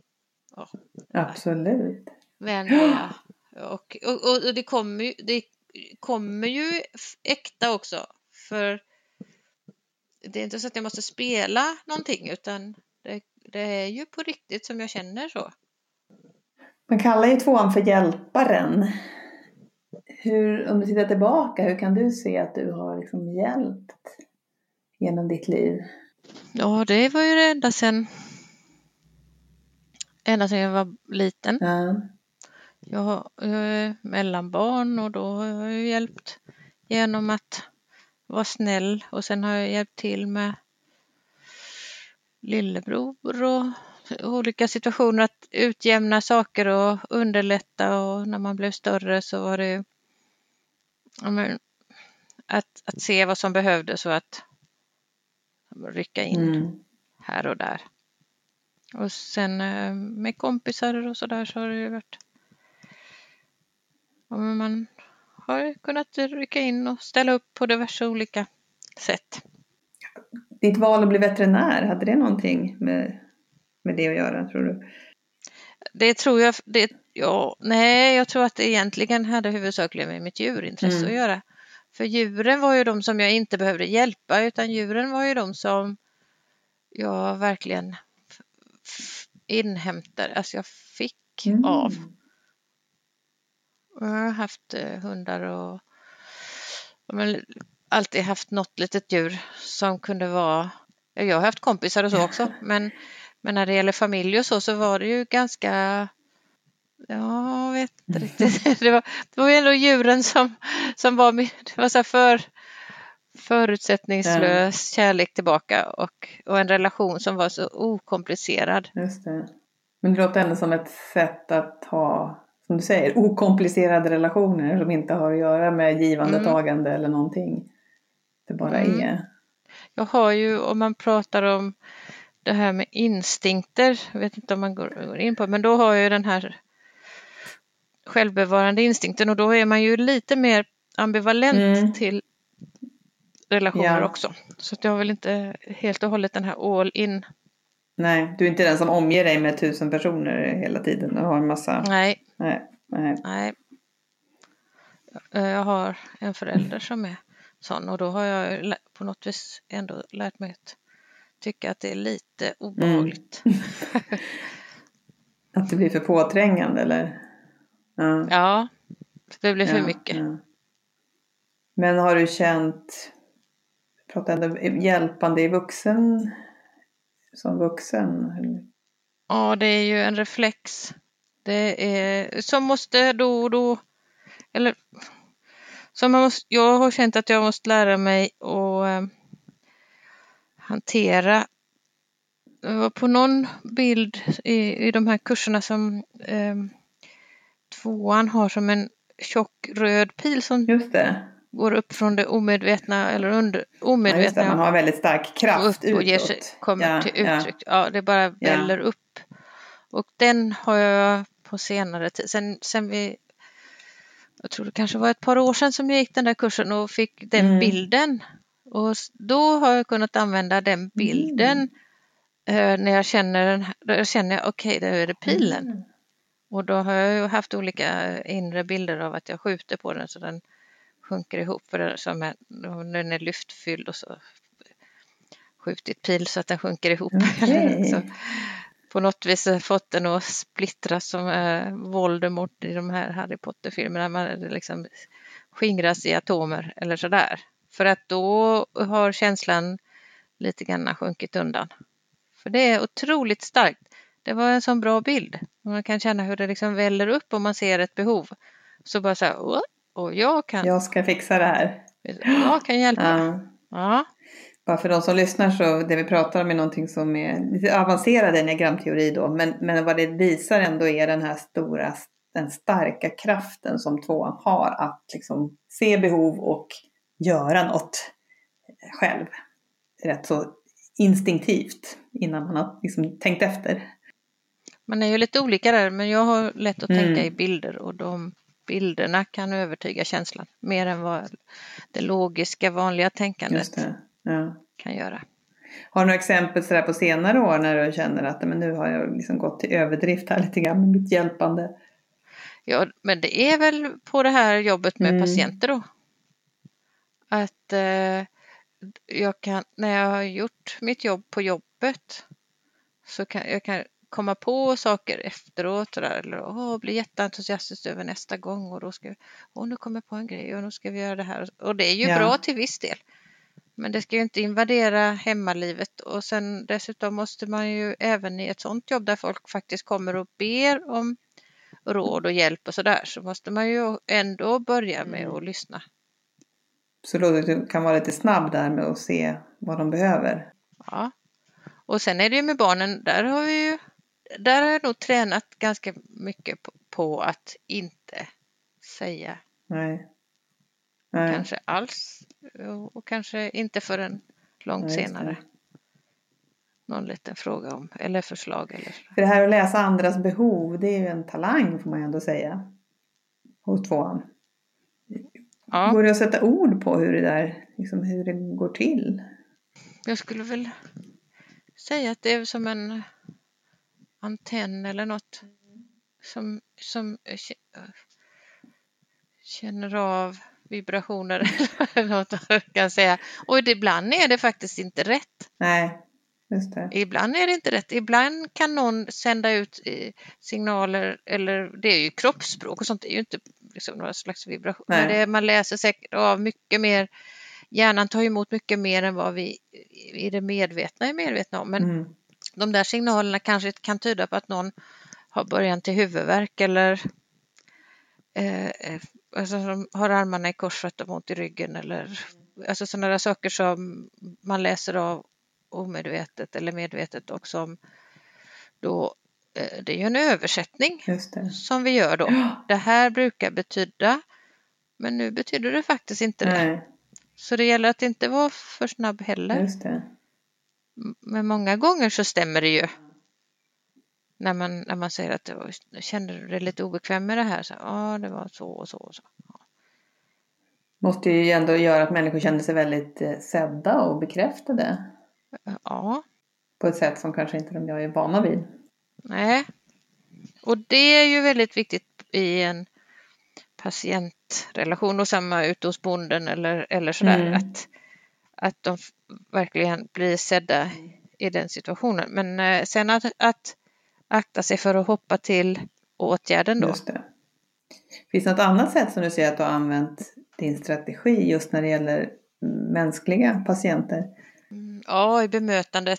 S2: Absolut.
S4: vänliga. Och det kommer ju äkta också. För det är inte så att jag måste spela någonting, utan det är ju på riktigt som jag känner så.
S2: Man kallar ju 2:an för hjälparen. Om du tittar tillbaka, hur kan du se att du har liksom hjälpt genom ditt liv?
S4: Ja, det var ju det ända sedan jag var liten.
S2: Ja.
S4: Jag är mellanbarn och då har jag ju hjälpt genom att vara snäll. Och sen har jag hjälpt till med lillebror och olika situationer att utjämna saker och underlätta. Och när man blev större så var det att se vad som behövdes och att rycka in här och där. Och sen med kompisar och sådär så har det ju varit. Man har kunnat rycka in och ställa upp på diverse olika sätt.
S2: Ditt val att bli veterinär, hade det någonting med det att göra, tror du?
S4: Det tror jag. Jag tror att det egentligen hade huvudsakligen med mitt djurintresse att göra. För djuren var ju de som jag inte behövde hjälpa, utan djuren var ju de som jag verkligen inhämtade, alltså jag fick av. Jag har haft hundar och alltid haft något litet djur som kunde vara, jag har haft kompisar och så också, men när det gäller familj och så var det ju ganska, jag vet inte riktigt, det var ju ändå djuren som var, det var så här förutsättningslös kärlek tillbaka och en relation som var så okomplicerad.
S2: Just det. Men det låter ändå som ett sätt att ha, som du säger, okomplicerade relationer som inte har att göra med givande tagande eller någonting. Det bara är.
S4: Jag har ju, om man pratar om det här med instinkter, jag vet inte om man går in på, men då har jag ju den här självbevarande instinkten och då är man ju lite mer ambivalent till relationer också. Så att jag har väl inte helt och hållet den här all in.
S2: Nej, du är inte den som omger dig med 1000 personer hela tiden och har en massa.
S4: Nej. Jag har en förälder som är sån och då har jag på något vis ändå lärt mig att tycka att det är lite obehagligt.
S2: Att det blir för påträngande eller?
S4: Ja, det blir för mycket.
S2: Ja. Men har du känt hjälpande som vuxen?
S4: Ja, det är ju en reflex. Det är som måste då och då, eller som jag har känt att jag måste lära mig att hantera. Det var på någon bild i de här kurserna som 2:an har som en tjock röd pil som
S2: just det.
S4: Går upp från det omedvetna eller under omedvetna. Ja, just det,
S2: man har väldigt stark kraft
S4: upp och kommer till uttryck. Ja, det bara väller upp. Och den har jag på senare tid. Sen jag tror det kanske var ett par år sedan som jag gick den där kursen och fick den bilden. Och då har jag kunnat använda den bilden när jag känner okej, det är det pilen. Och då har jag ju haft olika inre bilder av att jag skjuter på den så den sjunker ihop. För det som den är lyftfylld och så skjutit pil så att den sjunker ihop.
S2: Okay.
S4: Så på något vis fått den att splittras som Voldemort i de här Harry Potter-filmerna. Man liksom skingras i atomer eller sådär. För att då har känslan lite grann sjunkit undan. För det är otroligt starkt. Det var en sån bra bild. Man kan känna hur det liksom väller upp om man ser ett behov. Så bara så här, och jag ska fixa det här. Jag kan hjälpa.
S2: Ja. Bara för de som lyssnar, så det vi pratar om är någonting som är lite avancerad enneagramteori då. Men vad det visar ändå är den starka kraften som 2:an har att liksom se behov och göra något själv. Rätt så instinktivt innan man har liksom tänkt efter.
S4: Man är ju lite olika där, men jag har lätt att tänka i bilder, och de bilderna kan övertyga känslan mer än vad det logiska vanliga tänkandet kan göra.
S2: Har du några exempel så där på senare år när du känner att men nu har jag liksom gått till överdrift här lite grann med mitt hjälpande?
S4: Ja, men det är väl på det här jobbet med patienter då. Att när jag har gjort mitt jobb på jobbet, så kan jag komma på saker efteråt eller bli jätteentusiastisk över nästa gång, och då ska nu kommer jag på en grej och nu ska vi göra det här, och det är ju bra till viss del, men det ska ju inte invadera hemmalivet. Och sen dessutom måste man ju även i ett sånt jobb där folk faktiskt kommer och ber om råd och hjälp och sådär, så måste man ju ändå börja med att lyssna.
S2: Så då du kan vara lite snabb där med att se vad de behöver.
S4: Ja, och sen är det ju med barnen, där har jag nog tränat ganska mycket på att inte säga
S2: Nej.
S4: kanske alls, och kanske inte förrän långt senare. Någon liten fråga om, eller förslag eller så.
S2: För det här att läsa andras behov, det är ju en talang, får man ju ändå säga, hos 2:an.
S4: Ja.
S2: Går det att sätta ord på hur det där, liksom hur det går till?
S4: Jag skulle väl säga att det är som en antenn eller något som känner av vibrationer eller något jag kan säga. Och ibland är det faktiskt inte rätt.
S2: Nej, just det.
S4: Ibland är det inte rätt. Ibland kan någon sända ut signaler, eller det är ju kroppsspråk och sånt, det är ju inte liksom några slags vibration. Men man läser säkert av mycket mer. Hjärnan tar emot mycket mer än vad vi i det medvetna är medvetna om. Men de där signalerna kanske kan tyda på att någon har början till huvudvärk, eller alltså de har armarna i kors för att de har ont i ryggen, eller alltså sådana där saker som man läser av omedvetet eller medvetet, och som då det är ju en översättning som vi gör då. Ja. Det här brukar betyda, men nu betyder det faktiskt inte det. Så det gäller att inte vara för snabb heller.
S2: Just det.
S4: Men många gånger så stämmer det ju. När man säger att känner du dig lite obekväm med det här, så det var så och så och så. Ja.
S2: Måste ju ändå göra att människor känner sig väldigt sedda och bekräftade.
S4: Ja.
S2: På ett sätt som kanske inte de är vana vid. Nej.
S4: Och det är ju väldigt viktigt i en patientrelation, och samma ute hos bonden eller sådär, att de verkligen blir sedda i den situationen. Men sen att akta sig för att hoppa till åtgärden då.
S2: Just det. Finns det något annat sätt som du ser att du har använt din strategi just när det gäller mänskliga patienter?
S4: Ja, i bemötandet,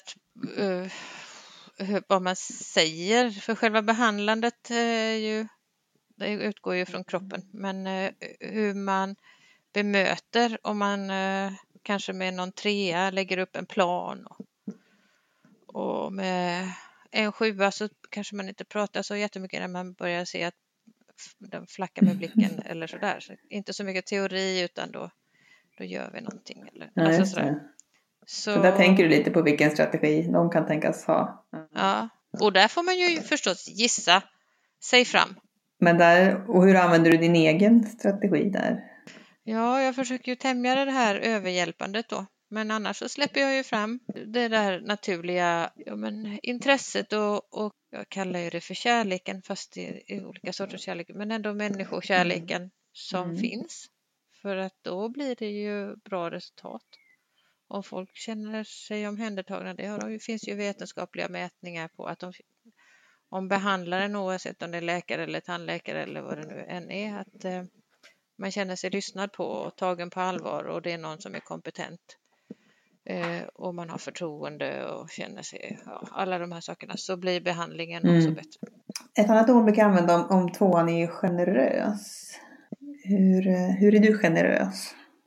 S4: vad man säger, för själva behandlandet det utgår ju från kroppen, men hur man bemöter, om man kanske med någon 3 lägger upp en plan, och med en 7 så kanske man inte pratar så jättemycket när man börjar se att den flackar med blicken eller sådär. Så inte så mycket teori, utan då gör vi någonting. Eller, sådär.
S2: Så där tänker du lite på vilken strategi de kan tänkas ha.
S4: Ja, och där får man ju förstås gissa sig fram.
S2: Men och hur använder du din egen strategi där?
S4: Ja, jag försöker ju tämja det här överhjälpandet då. Men annars så släpper jag ju fram det där naturliga intresset, och jag kallar ju det för kärleken, fast det är olika sorters kärlek, men ändå människokärleken som finns. För att då blir det ju bra resultat. Om folk känner sig omhändertagna, det finns ju vetenskapliga mätningar på att om behandlaren, oavsett om det är läkare eller tandläkare eller vad det nu än är, att man känner sig lyssnad på och tagen på allvar, och det är någon som är kompetent, och man har förtroende och känner sig, alla de här sakerna, så blir behandlingen också bättre.
S2: Ett annat ord vi kan använda om 2:an är ju generös. Hur är du generös?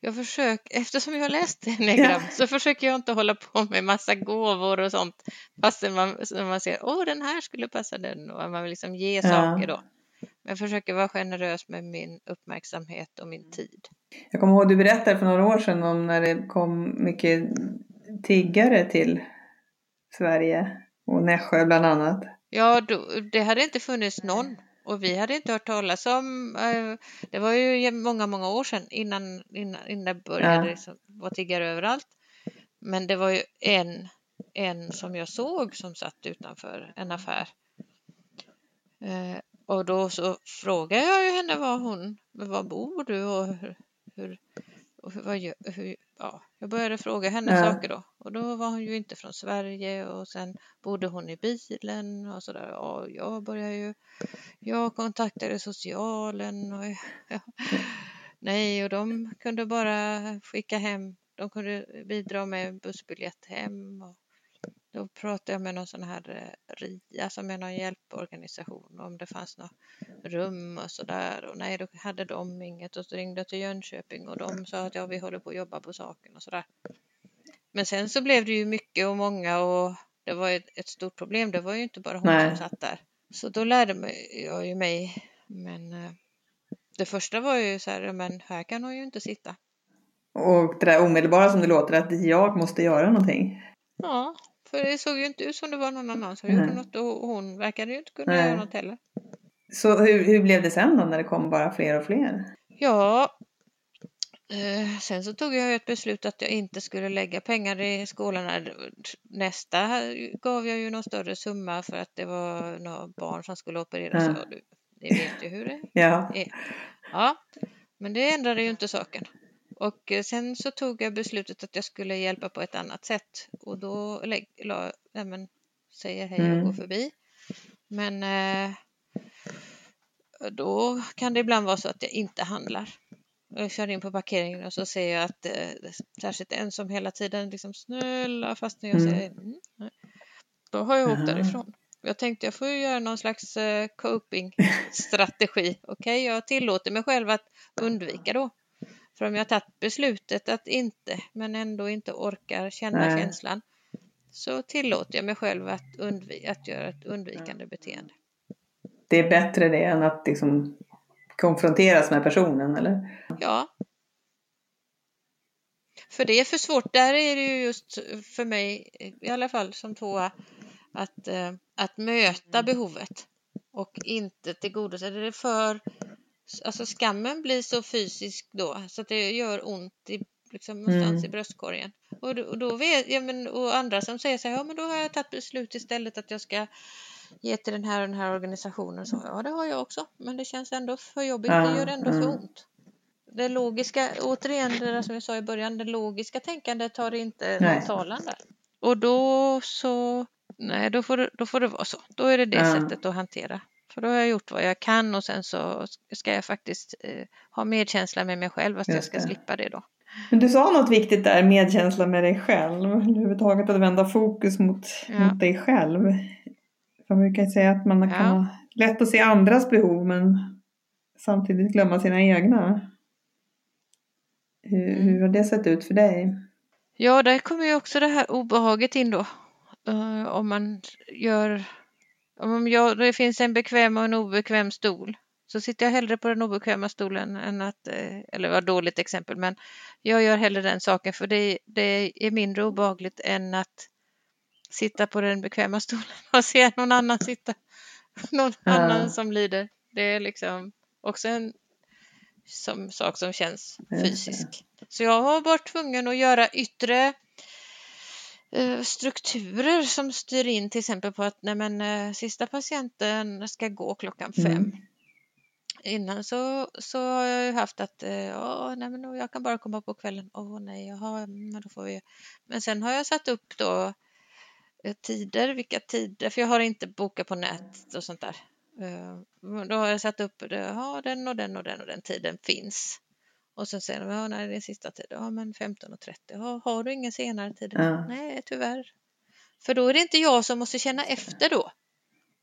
S4: eftersom jag har läst enneagram så försöker jag inte hålla på med massa gåvor och sånt. Fast man ser, den här skulle passa den. Och man vill liksom ge saker då. Men jag försöker vara generös med min uppmärksamhet och min tid.
S2: Jag kommer ihåg du berättade för några år sedan om när det kom mycket tiggare till Sverige och Nässjö bland annat.
S4: Ja, det hade inte funnits någon. Och vi hade inte hört talas om, det var ju många år sedan innan det började vara tiggare överallt. Men det var ju en som jag såg som satt utanför en affär. Och då så frågade jag ju henne var bor du och jag började fråga henne saker då. Och då var hon ju inte från Sverige och sen bodde hon i bilen och sådär. Och jag kontaktade socialen och och de kunde bara skicka hem, de kunde bidra med bussbiljett hem och då pratade jag med någon sån här RIA som är någon hjälporganisation om det fanns något rum och sådär. Och nej, då hade de inget och så ringde jag till Jönköping och de sa att vi håller på att jobba på saken och sådär. Men sen så blev det ju mycket och många och det var ett stort problem. Det var ju inte bara hon som satt där. Så då lärde jag ju mig. Men det första var ju så här, men här kan hon ju inte sitta.
S2: Och det där omedelbara som det låter att jag måste göra någonting.
S4: Ja. För det såg ju inte ut som det var någon annan som gjorde något och hon verkade ju inte kunna göra något heller. Så
S2: hur blev det sen då när det kom bara fler och fler?
S4: Ja, sen så tog jag ett beslut att jag inte skulle lägga pengar i skolorna. Nästa gav jag ju någon större summa för att det var några barn som skulle opereras. Ja. Ni vet ju hur det är. Ja, men det ändrade ju inte saken. Och sen så tog jag beslutet att jag skulle hjälpa på ett annat sätt. Och då säger hej och går förbi. Men då kan det ibland vara så att jag inte handlar. Jag kör in på parkeringen och så ser jag att särskilt en som hela tiden liksom snälla fast när jag säger nej. Då har jag åkt därifrån. Jag tänkte jag får ju göra någon slags coping-strategi. Okej, jag tillåter mig själv att undvika då. För om jag har tagit beslutet att inte, men ändå inte orkar känna känslan, så tillåter jag mig själv att göra ett undvikande beteende.
S2: Det är bättre det än att liksom konfronteras med personen, eller?
S4: Ja. För det är för svårt. Där är det ju just för mig, i alla fall som tvåa, att möta behovet och inte tillgodose det alltså skammen blir så fysisk då så att det gör ont någonstans i bröstkorgen. Och då vet jag, och andra som säger så här, men då har jag tagit beslut istället att jag ska ge till den här organisationen. Så det har jag också, men det känns ändå för jobbigt, det gör ändå för ont. Det logiska, återigen det som jag sa i början, det logiska tänkandet har inte någon talan där. Och då så, då får det vara så. Då är det sättet att hantera. För då har jag gjort vad jag kan och sen så ska jag faktiskt ha medkänsla med mig själv att jag ska slippa det då.
S2: Men du sa något viktigt där, medkänsla med dig själv. Överhuvudtaget att vända fokus mot dig själv. För man kan ju säga att man kan ha lätt att se andras behov men samtidigt glömma sina egna. Hur har det sett ut för dig?
S4: Ja, där kommer ju också det här obehaget in då. Det finns en bekväm och en obekväm stol, så sitter jag hellre på den obekväma stolen än att, eller var dåligt exempel, men jag gör hellre den saken för det är mindre obehagligt än att sitta på den bekväma stolen och se någon annan sitta, någon annan som lider. Det är liksom också en sak som känns fysisk. Så jag har varit tvungen att göra yttre strukturer som styr in till exempel på att sista patienten ska gå 5:00. Innan så har jag haft att jag kan bara komma på kvällen. Men då får vi. Men sen har jag satt upp då vilka tider, för jag har inte bokat på nätet och sånt där. Då har jag satt upp den och den tiden finns. Och sen säger de, när är din sista tid? 15:30. Har du ingen senare tid? Nej, tyvärr. För då är det inte jag som måste känna efter då.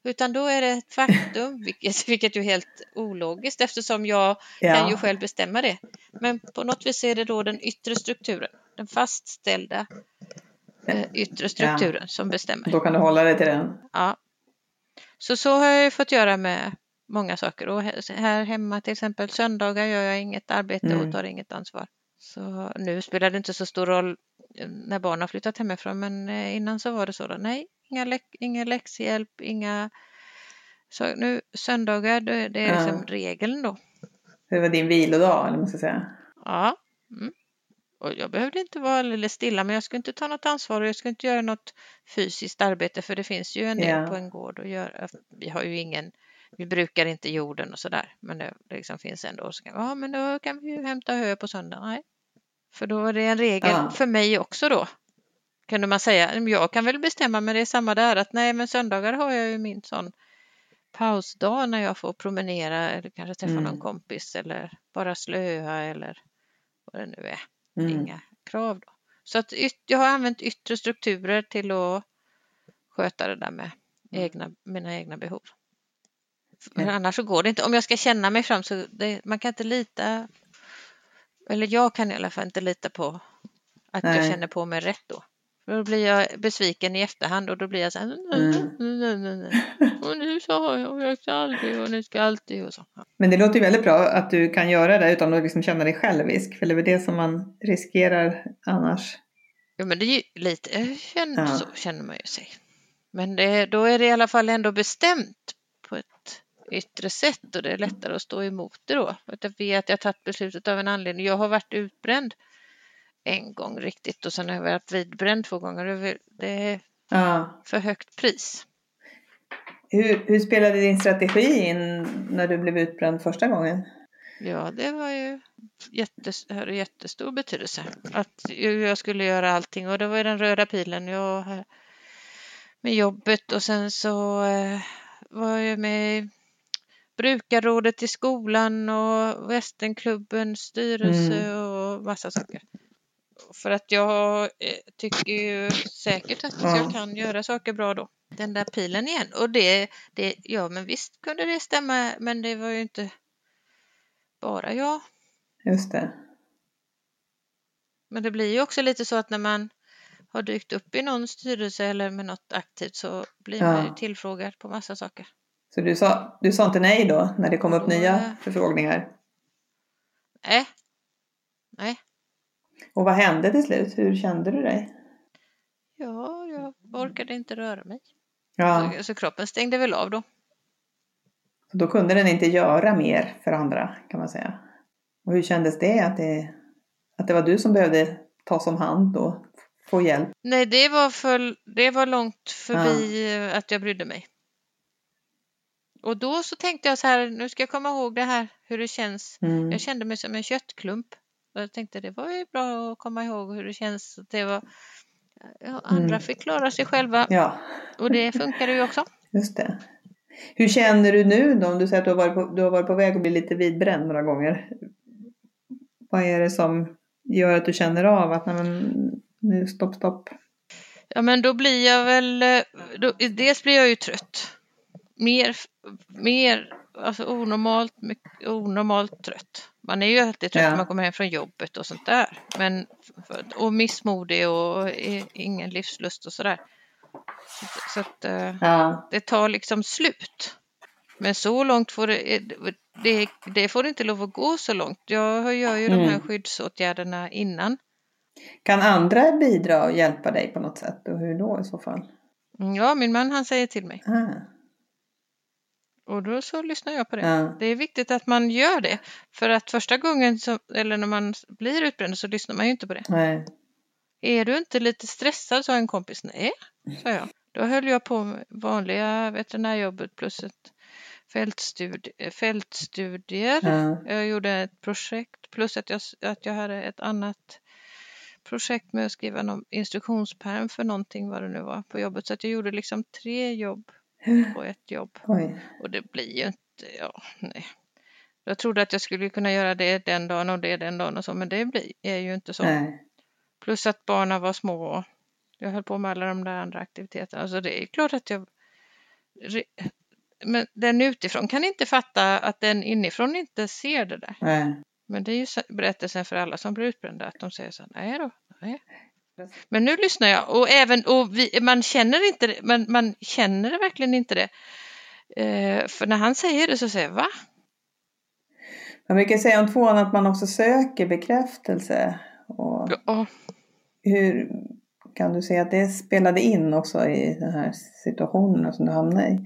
S4: Utan då är det ett faktum, vilket ju är helt ologiskt eftersom jag kan ju själv bestämma det. Men på något vis är det då den yttre strukturen, den fastställda yttre strukturen som bestämmer.
S2: Då kan du hålla dig till den.
S4: Ja. Så har jag ju fått göra med många saker. Och här hemma till exempel söndagar gör jag inget arbete och tar inget ansvar. Så nu spelar det inte så stor roll när barn har flyttat hemifrån, men innan så var det så då. Nej, inga läxhjälp, inga... Så nu söndagar, det är liksom regeln då.
S2: Det var din vilodag, eller måste jag säga.
S4: Ja. Och jag behövde inte vara alldeles stilla, men jag skulle inte ta något ansvar och jag skulle inte göra något fysiskt arbete, för det finns ju en del på en gård att göra. Vi har ju vi brukar inte jorden och sådär, men det liksom finns ändå. Men då kan vi ju hämta hö på söndag. Nej. För då är det en regel för mig också då. Kunde man säga, jag kan väl bestämma, men det är samma där att nej, men söndagar har jag ju min sån pausdag när jag får promenera eller kanske träffa någon kompis eller bara slöa eller vad det nu är. Inga krav då. Så att jag har använt yttre strukturer till att sköta det där med mina egna behov. För annars så går det inte. Om jag ska känna mig fram så man kan inte lita, eller jag kan i alla fall inte lita på att jag känner på mig rätt då. För då blir jag besviken i efterhand och då blir jag så här nej. Och nu sa jag ska aldrig och nu ska alltid och så.
S2: Men det låter ju väldigt bra att du kan göra det utan att liksom känna dig självisk. För det är väl det som man riskerar annars.
S4: Ja, men det är ju lite, så känner man ju sig. Men då är det i alla fall ändå bestämt på ett yttre sätt och det är lättare att stå emot det då. Att jag vet att jag har tagit beslutet av en anledning. Jag har varit utbränd en gång riktigt och sen har jag varit vidbränd 2 gånger. Det är för högt pris.
S2: Hur spelade din strategi in när du blev utbränd första gången?
S4: Ja, det var ju hade jättestor betydelse. Att jag skulle göra allting och det var ju den röda pilen. Jag med jobbet och sen så var jag med brukarrådet i skolan och Västernklubbens styrelse och massa saker. För att jag tycker ju säkert att jag kan göra saker bra då. Den där pilen igen. Och men visst kunde det stämma, men det var ju inte bara jag.
S2: Just det.
S4: Men det blir ju också lite så att när man har dykt upp i någon styrelse eller med något aktivt så blir man ju tillfrågad på massa saker.
S2: Så du sa inte nej då när det kom upp nya förfrågningar?
S4: Nej.
S2: Och vad hände till slut? Hur kände du dig?
S4: Ja, jag orkade inte röra mig.
S2: Ja.
S4: Så kroppen stängde väl av då.
S2: Så då kunde den inte göra mer för andra, kan man säga. Och hur kändes det att det var du som behövde tas om hand och få hjälp?
S4: Nej, det var långt förbi att jag brydde mig. Och då så tänkte jag så här, nu ska jag komma ihåg det här, hur det känns. Jag kände mig som en köttklump. Och jag tänkte det var ju bra att komma ihåg hur det känns. Det var, andra fick klara sig själva.
S2: Ja.
S4: Och det funkade ju också.
S2: Just det. Hur känner du nu då? Om du säger att du har varit på väg att bli lite vidbränd några gånger. Vad är det som gör att du känner av att nu stopp? Ja,
S4: men då blir jag väl... dels blir jag ju trött. Mer alltså onormalt trött. Man är ju alltid trött när man kommer hem från jobbet och sånt där. Och missmodig och ingen livslust och sådär. Så att det tar liksom slut. Men så långt får det får inte lov att gå så långt. Jag gör ju de här skyddsåtgärderna innan.
S2: Kan andra bidra och hjälpa dig på något sätt? Och hur då i så fall?
S4: Ja, min man han säger till mig. Och då så lyssnar jag på det. Det är viktigt att man gör det. För att första gången eller när man blir utbränd så lyssnar man ju inte på det. Nej. Är du inte lite stressad, sa en kompis. Nej, sa jag. Då höll jag på med vanliga veterinärjobbet plus ett fältstudier. Jag gjorde ett projekt plus att jag hade ett annat projekt med att skriva någon instruktionspärm för någonting vad det nu var på jobbet. Så att jag gjorde liksom 3 jobb på ett jobb. Oj. Och det blir ju inte, nej. Jag trodde att jag skulle kunna göra det den dagen och det den dagen och så, men det är ju inte så. Nej. Plus att barnen var små och jag höll på med alla de där andra aktiviteterna. Alltså det är klart att jag Men den utifrån kan inte fatta att den inifrån inte ser det där.
S2: Nej.
S4: Men det är ju berättelsen för alla som blir utbrända att de säger så här, nej. Men nu lyssnar jag och man känner inte det, man känner det verkligen inte det. För när han säger det så säger jag, va?
S2: Man brukar säga om tvåan att man också söker bekräftelse. Och
S4: Ja.
S2: hur kan du säga att det spelade in också i den här situationen som du hamnade i?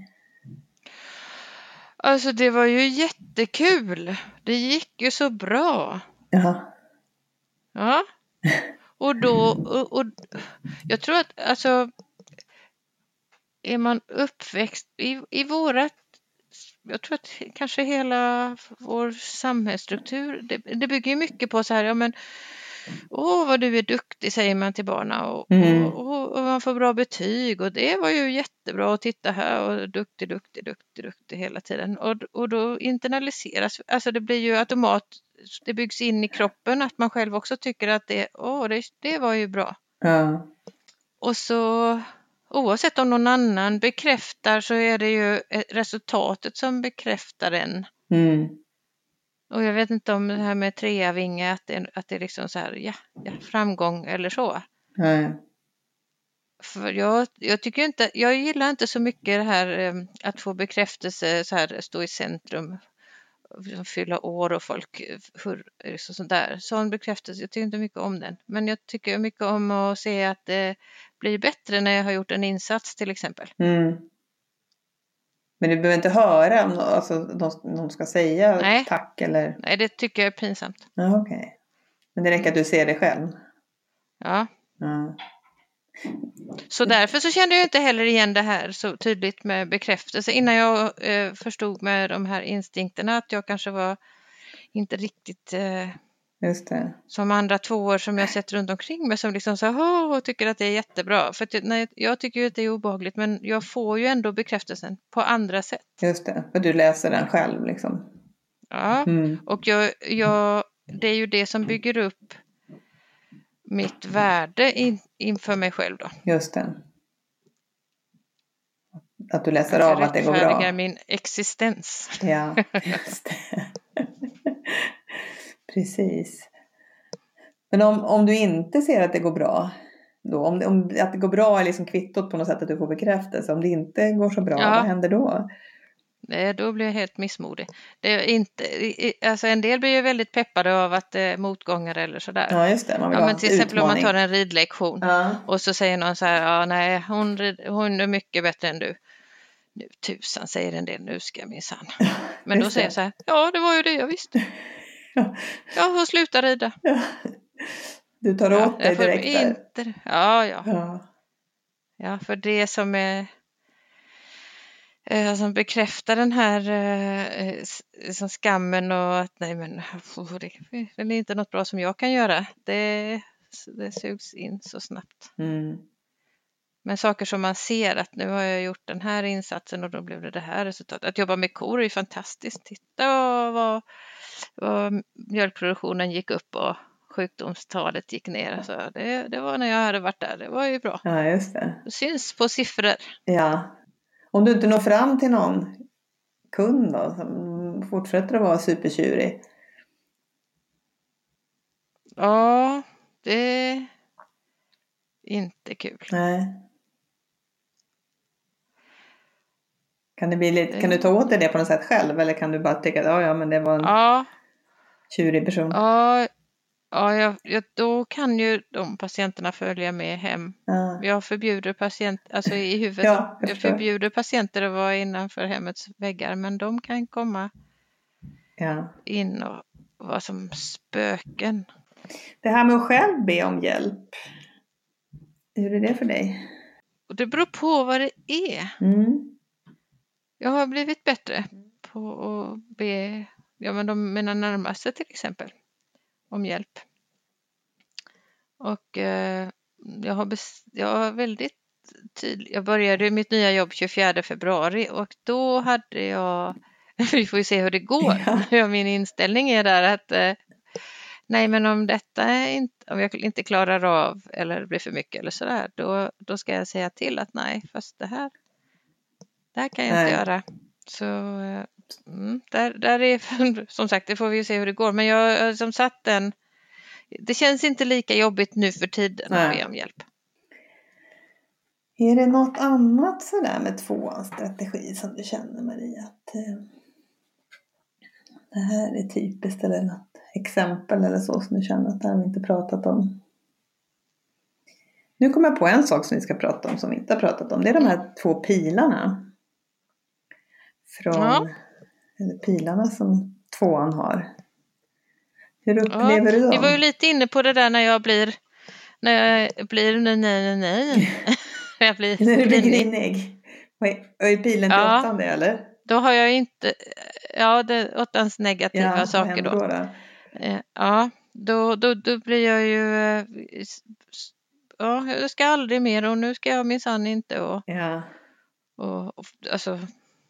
S4: Alltså det var ju jättekul. Det gick ju så bra.
S2: Jaha.
S4: Ja. Och då, och jag tror att alltså är man uppväxt i vårat, jag tror att kanske hela vår samhällsstruktur, det bygger ju mycket på så här, ja men vad du är duktig säger man till barnen och man får bra betyg och det var ju jättebra att titta här och duktig hela tiden och då internaliseras, alltså det blir ju det byggs in i kroppen att man själv också tycker att det var ju bra.
S2: Ja.
S4: Och så oavsett om någon annan bekräftar så är det ju resultatet som bekräftar en.
S2: Mm.
S4: Och jag vet inte om det här med treavinge att det är liksom så här, ja, framgång eller så.
S2: Nej.
S4: För jag tycker inte, jag gillar inte så mycket det här att få bekräftelse så här, stå i centrum, fylla år och folk sånt där. Sån bekräftelse, jag tycker inte mycket om den. Men jag tycker mycket om att se att det blir bättre när jag har gjort en insats till exempel.
S2: Mm. Men du behöver inte höra om alltså, någon ska säga tack eller?
S4: Nej, det tycker jag är pinsamt.
S2: Ja, okej. Men det räcker att du ser det själv?
S4: Ja.
S2: Ja.
S4: Så därför så kände jag inte heller igen det här så tydligt med bekräftelse innan jag förstod med de här instinkterna att jag kanske var inte riktigt
S2: Just det.
S4: som andra tvåor som jag sett runt omkring mig som liksom så och tycker att det är jättebra. För att, jag tycker ju att det är obehagligt men jag får ju ändå bekräftelsen på andra sätt.
S2: Just det, för du läser den själv liksom.
S4: Ja, och det är ju det som bygger upp mitt värde inför mig själv då.
S2: Just det. Att du läser av att det går bra.
S4: Jag rättfärdigar min existens.
S2: Ja, just det. Precis. Men om du inte ser att det går bra, då, om att det går bra är liksom kvittot på något sätt att du får bekräftelse. Om det inte går så bra, vad händer då?
S4: Då blir jag helt missmodig. Det är inte, alltså en del blir ju väldigt peppade av att det är motgångar eller sådär.
S2: Ja, just det. Man vill ha
S4: men till exempel
S2: utmaning.
S4: om man tar en ridlektion och så säger någon så här, nej, hon är mycket bättre än du. Nu tusan säger en del, nu ska jag minsann. Men då säger jag så här, ja det var ju det jag visste. Ja, och sluta rida.
S2: Ja. Du tar åt dig direkt där.
S4: Ja, för det som är som bekräftar den här som skammen och att nej men det är inte något bra som jag kan göra. Det sugs in så snabbt. Men saker som man ser att nu har jag gjort den här insatsen och då blev det här resultatet. Att jobba med kor är ju fantastiskt. Titta vad mjölkproduktionen gick upp och sjukdomstalet gick ner. Alltså det var när jag hade varit där. Det var ju bra.
S2: Ja, just det.
S4: Det syns på siffror.
S2: Ja. Om du inte når fram till någon kund då, som fortsätter att vara supertjurig.
S4: Ja, det är inte kul.
S2: Nej. Kan det bli lite, kan du ta åt dig det på något sätt själv eller kan du bara tycka att ja men det var en tjurig person?
S4: Då kan ju de patienterna följa med hem. Jag förbjuder alltså i huvudet. Jag förbjuder patienter att vara innanför hemmets väggar men de kan komma in och vara som spöken.
S2: Det här med att själv be om hjälp. Hur är det för dig?
S4: Det beror på vad det är. Jag har blivit bättre på att be mina närmaste till om hjälp. Och jag har väldigt tydligt, jag började mitt nya jobb 24 februari och då hade jag, vi får ju se hur det går. Min inställning är där att nej men om jag inte klarar av eller det blir för mycket eller sådär, då ska jag säga till att nej, fast det där kan jag inte göra. Så där är som sagt, det får vi ju se hur det går. Men jag som satt den, det känns inte lika jobbigt nu för tiden att be om hjälp.
S2: Är det något annat sådär med 2:ans strategi som du känner, Maria, att det här är typiskt, eller något exempel eller så som du känner att det har vi inte pratat om? Nu kommer jag på en sak som vi ska prata om som vi inte har pratat om. Det är de här 2 pilarna. Eller pilarna som 2:an har. Hur upplever du dem?
S4: Vi var ju lite inne på det där när jag blir nej. När du blir grinig.
S2: Är pilen till 8:an det, eller?
S4: Då har jag inte, det 8:ans negativa saker då. Då blir jag ju, jag ska aldrig mer och nu ska jag minsann inte och alltså,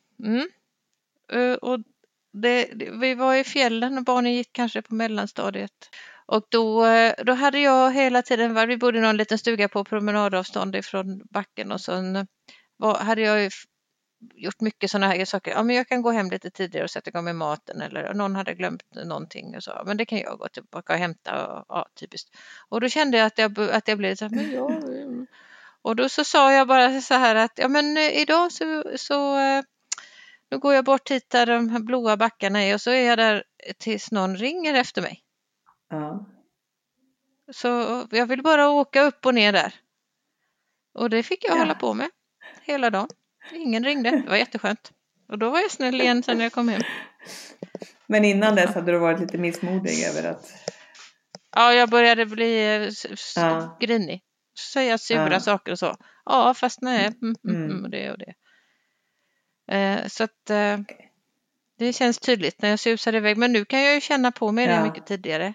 S4: och vi var i fjällen och barnen gick kanske på mellanstadiet. Och då hade jag hela tiden, vi bodde i någon liten stuga på promenadavstånd ifrån backen och sen hade jag gjort mycket sådana här saker. Ja, men jag kan gå hem lite tidigare och sätta igång med maten, eller någon hade glömt någonting och så. Men det kan jag gå tillbaka och hämta typiskt. Och då kände jag att jag blev så här, och då så sa jag bara så här att idag så nu går jag bort hit där de här blåa backarna är och så är jag där tills någon ringer efter mig.
S2: Ja.
S4: Så jag vill bara åka upp och ner där. Och det fick jag hålla på med hela dagen. Ingen ringde, det var jätteskönt. Och då var jag snäll igen sen jag kom hem.
S2: Men innan dess hade du varit lite missmodig över att...
S4: Ja, jag började bli grinig. Säga sura saker och så. Ja, fast nej. Det och det. Så att det känns tydligt när jag susade iväg. Men nu kan jag ju känna på mig det mycket tidigare.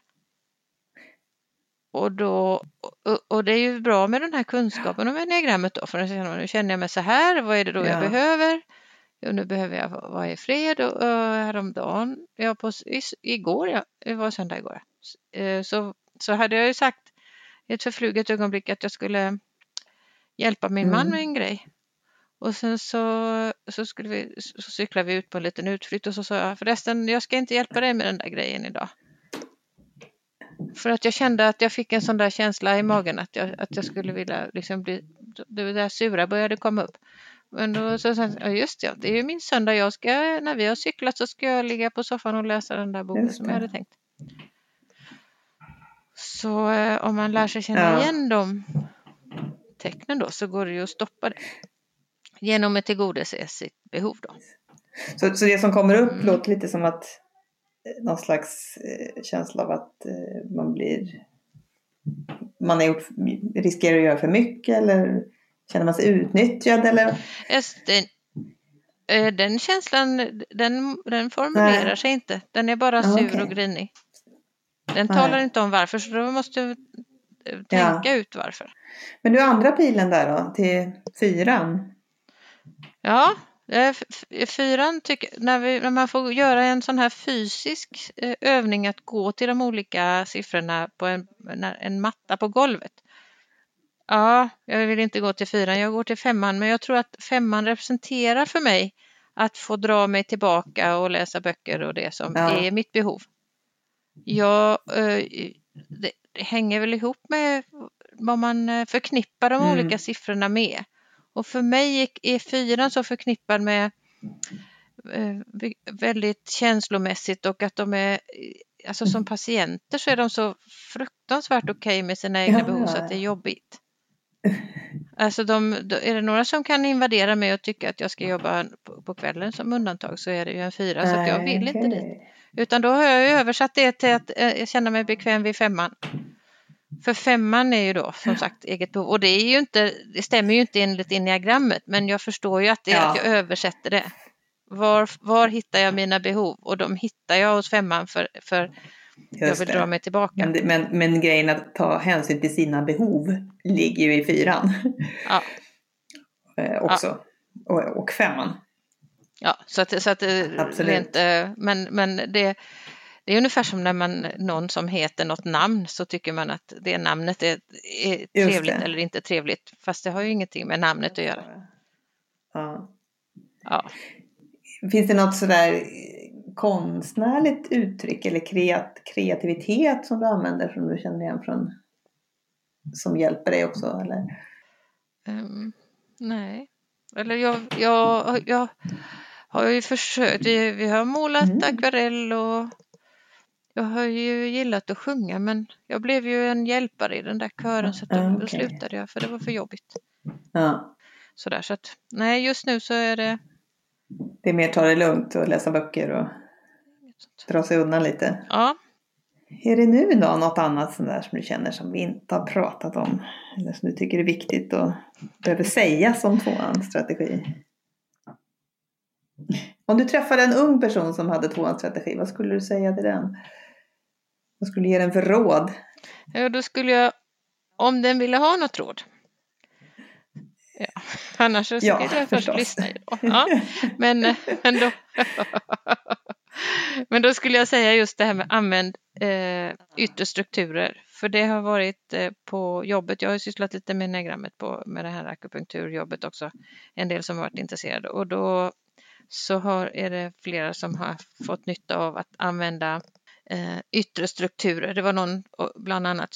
S4: Och det är ju bra med den här kunskapen om enneagrammet då. För nu känner jag mig så här. Vad är det då jag behöver? Jo, nu behöver jag vara i fred. Och häromdagen, det var söndag igår. Så hade jag ju sagt i ett förfluget ögonblick att jag skulle hjälpa min man med en grej. Och sen så cyklade vi ut på en liten utflykt och så sa jag, förresten, jag ska inte hjälpa dig med den där grejen idag. För att jag kände att jag fick en sån där känsla i magen att jag skulle vilja liksom bli, det där sura började komma upp. Men då så sa jag, just det är ju min söndag, när vi har cyklat så ska jag ligga på soffan och läsa den där boken som jag hade tänkt. Så om man lär sig känna igen de tecknen då så går det ju att stoppa det. Genom att tillgodose sitt behov då.
S2: Så det som kommer upp låter lite som att någon slags känsla av att riskerar att göra för mycket, eller känner man sig utnyttjad, eller?
S4: Den känslan den formulerar sig inte. Den är bara sur och grinig. Den talar inte om varför, så då måste du tänka ut varför.
S2: Men du, andra pilen där då, till 4:an?
S4: Ja, 4:an när man får göra en sån här fysisk övning att gå till de olika siffrorna på en matta på golvet. Ja, jag vill inte gå till 4:an, jag går till 5:an, men jag tror att 5:an representerar för mig att få dra mig tillbaka och läsa böcker och det som är mitt behov. Det hänger väl ihop med vad man förknippar de olika siffrorna med. Och för mig är 4:an så förknippad med väldigt känslomässigt, och att de är, alltså som patienter så är de så fruktansvärt okej med sina egna behov så att det är jobbigt. Alltså är det några som kan invadera mig och tycka att jag ska jobba på kvällen som undantag, så är det ju en 4, så att jag vill inte dit. Utan då har jag översatt det till att jag känner mig bekväm vid 5:an. För 5:an är ju då som sagt eget behov. Och det stämmer ju inte enligt enneagrammet, men jag förstår ju att att jag översätter det. Var hittar jag mina behov? Och de hittar jag hos 5:an för jag vill dra mig tillbaka.
S2: Men grejen att ta hänsyn till sina behov ligger ju i 4:an.
S4: Ja.
S2: Också. Och 5:an.
S4: Ja, så att
S2: absolut.
S4: Men det är ungefär som när någon som heter något namn, så tycker man att det namnet är trevligt eller inte trevligt. Fast det har ju ingenting med namnet att göra.
S2: Ja.
S4: Ja.
S2: Finns det något sådär konstnärligt uttryck eller kreativitet som du använder som du känner igen från, som hjälper dig också, eller?
S4: Nej. Eller jag har ju försökt. Vi har målat akvarell och jag har ju gillat att sjunga, men jag blev ju en hjälpare i den där kören så att då slutade jag för det var för jobbigt.
S2: Ja.
S4: Sådär, så att nej, just nu så är det...
S2: Det är mer ta det lugnt och läsa böcker och dra sig undan lite.
S4: Ja.
S2: Är det nu då något annat sånt där som du känner som vi inte har pratat om? Eller som du tycker är viktigt och behöver säga som 2-strategi? Om du träffade en ung person som hade 2-strategi, vad skulle du säga till den? Vad skulle du ge den för råd?
S4: Ja, då skulle jag, om den ville ha något råd. Ja, annars så skulle jag först lyssna. Ja, men då skulle jag säga just det här med använd yttre strukturer. För det har varit på jobbet. Jag har sysslat lite med enneagrammet med det här akupunkturjobbet också. En del som har varit intresserade. Och då så är det flera som har fått nytta av att använda yttre strukturer. Det var någon bland annat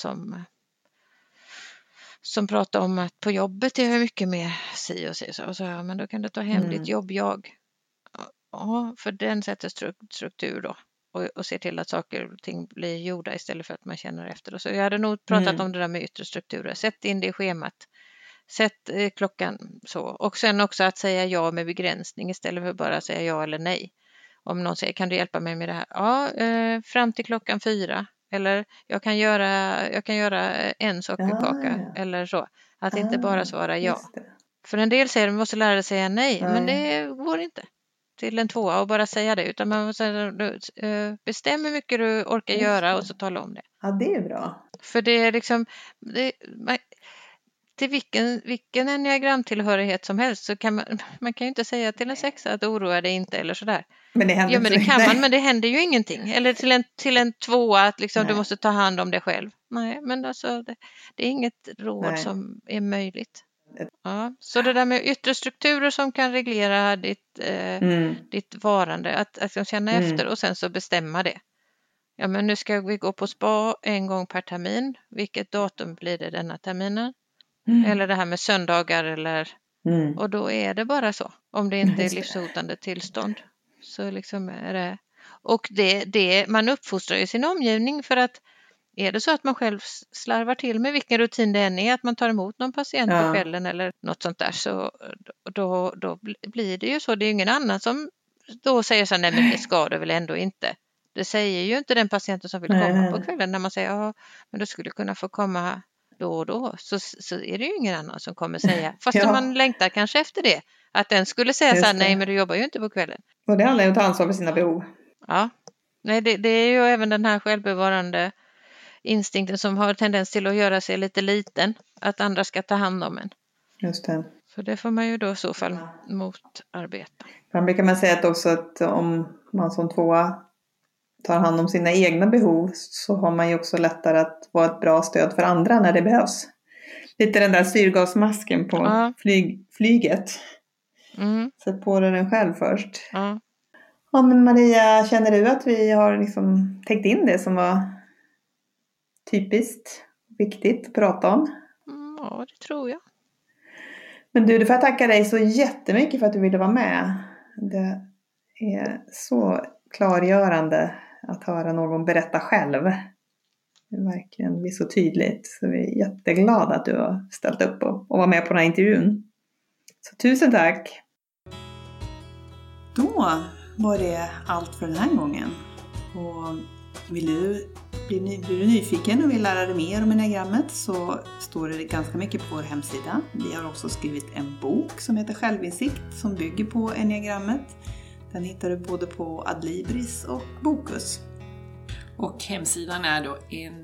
S4: som pratade om att på jobbet är jag mycket mer si och så. Och så ja, men då kan du ta hem ditt jobb-jag. Ja, för den sätter struktur då. Och ser till att saker och ting blir gjorda istället för att man känner efter. Och så jag hade nog pratat om det där med yttre strukturer. Sätt in det i schemat. Sätt klockan så. Och sen också att säga ja med begränsning istället för bara att säga ja eller nej. Om någon säger, kan du hjälpa mig med det här? Ja, fram till 4:00. Eller jag kan göra en sockerkaka. Ja. Eller så. Att inte bara svara ja. För en del säger, du måste lära dig säga nej. Men det går inte till en 2 och bara säga det. Utan man måste bestämma hur mycket du orkar göra och så tala om det.
S2: Ja, det är bra.
S4: För det är liksom... till vilken enneagramtillhörighet som helst så kan man kan ju inte säga till en 6 att oroa dig inte eller sådär.
S2: Men det händer
S4: ja, men det kan man, men det händer ju ingenting. Eller till en 2 att liksom du måste ta hand om dig själv. Nej, men alltså det är inget råd som är möjligt. Ja, så det där med yttre strukturer som kan reglera ditt varande, att känna efter och sen så bestämma det. Ja, men nu ska vi gå på spa 1 gång per termin. Vilket datum blir det denna terminen? Eller det här med söndagar eller och då är det bara så. Om det inte är livshotande tillstånd så liksom är det. Och det man uppfostrar i sin omgivning, för att är det så att man själv slarvar till med vilken rutin det än är, att man tar emot någon patient på kvällen eller något sånt där, så då blir det ju så. Det är ju ingen annan som då säger så, nej men det ska du väl ändå inte. Det säger ju inte den patienten som vill komma på kvällen. När man säger, ja men du skulle kunna få komma då och då, så är det ju ingen annan som kommer säga, fast man längtar kanske efter det, att den skulle säga så här, nej men du jobbar ju inte på kvällen.
S2: Och det handlar ju om att ta ansvar för sina behov.
S4: Ja, nej det är ju även den här självbevarande instinkten som har tendens till att göra sig lite liten, att andra ska ta hand om en.
S2: Just det.
S4: Så det får man ju då i så fall motarbeta.
S2: Man brukar man säga att också att om man som 2 tar hand om sina egna behov så har man ju också lättare att vara ett bra stöd för andra när det behövs. Lite den där syrgasmasken på flyget. Sätt på den själv först. Ja, men Maria, känner du att vi har liksom täckt in det som var typiskt viktigt att prata om?
S4: Ja, det tror jag.
S2: Men du får jag tacka dig så jättemycket för att du ville vara med. Det är så klargörande att höra någon berätta själv. Det verkligen blir så tydligt. Så vi är jätteglada att du har ställt upp och var med på den här intervjun. Så tusen tack!
S3: Då var det allt för den här gången. Och blir du nyfiken och vill lära dig mer om enneagrammet så står det ganska mycket på vår hemsida. Vi har också skrivit en bok som heter Självinsikt som bygger på enneagrammet. Den hittar du både på Adlibris och Bokus. Och hemsidan är då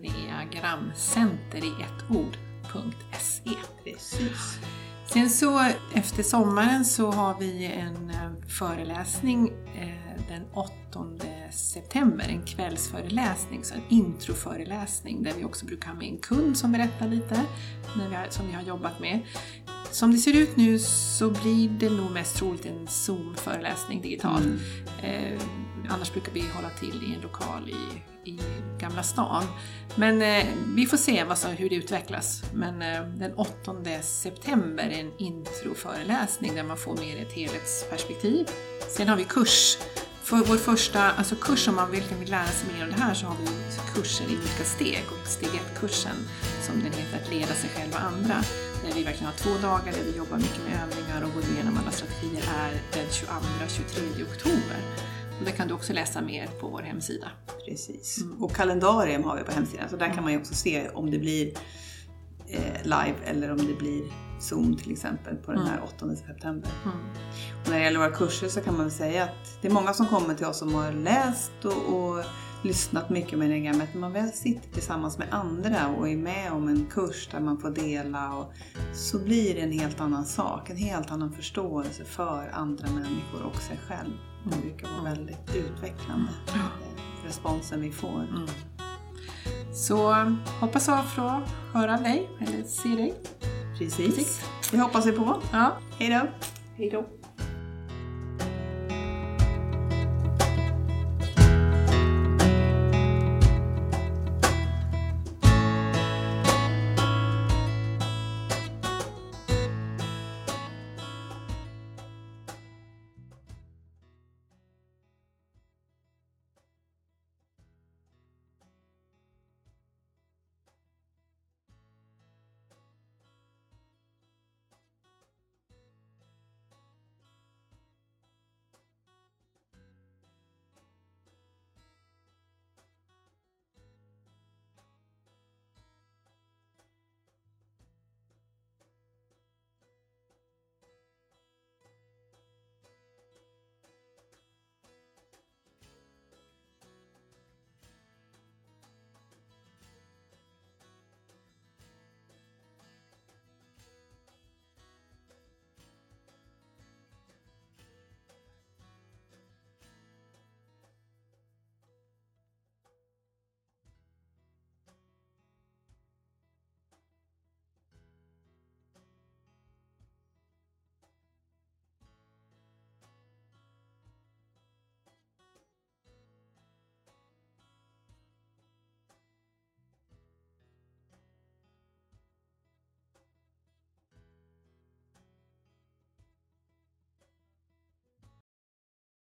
S3: enneagramcenter.se.
S2: Precis.
S3: Sen så efter sommaren så har vi en föreläsning den 8 september, en kvällsföreläsning, så en introföreläsning där vi också brukar ha med en kund som berättar lite som vi har jobbat med. som det ser ut nu så blir det nog mest troligt en Zoom-föreläsning digitalt. Annars brukar vi hålla till i en lokal i Gamla stan. Men vi får se hur det utvecklas. Men den 8 september är en introföreläsning där man får mer ett helhetsperspektiv. Sen har vi kurs. För vår första kurs, om man vill lära sig mer om det här, så har vi kurser i olika steg. Och steg 1-kursen, som den heter, att leda sig själv och andra. Där vi verkligen har 2 dagar där vi jobbar mycket med övningar och går igenom alla strategier, är den 22-23 oktober. Och där kan du också läsa mer på vår hemsida.
S2: Precis. Och kalendarium har vi på hemsidan. Så där kan man ju också se om det blir live eller om det blir Zoom till exempel på den här 8 september. Och när det gäller våra kurser så kan man väl säga att det är många som kommer till oss som har läst och lyssnat mycket med enagrammet. Men man väl sitter tillsammans med andra och är med om en kurs där man får dela, och så blir det en helt annan sak, en helt annan förståelse för andra människor och sig själv. Det brukar vara väldigt utvecklande, responsen vi får.
S3: Så hoppas jag få höra dig eller se dig.
S2: Precis. Det hoppas vi på.
S3: Ja.
S2: Hej då.
S3: Hej då.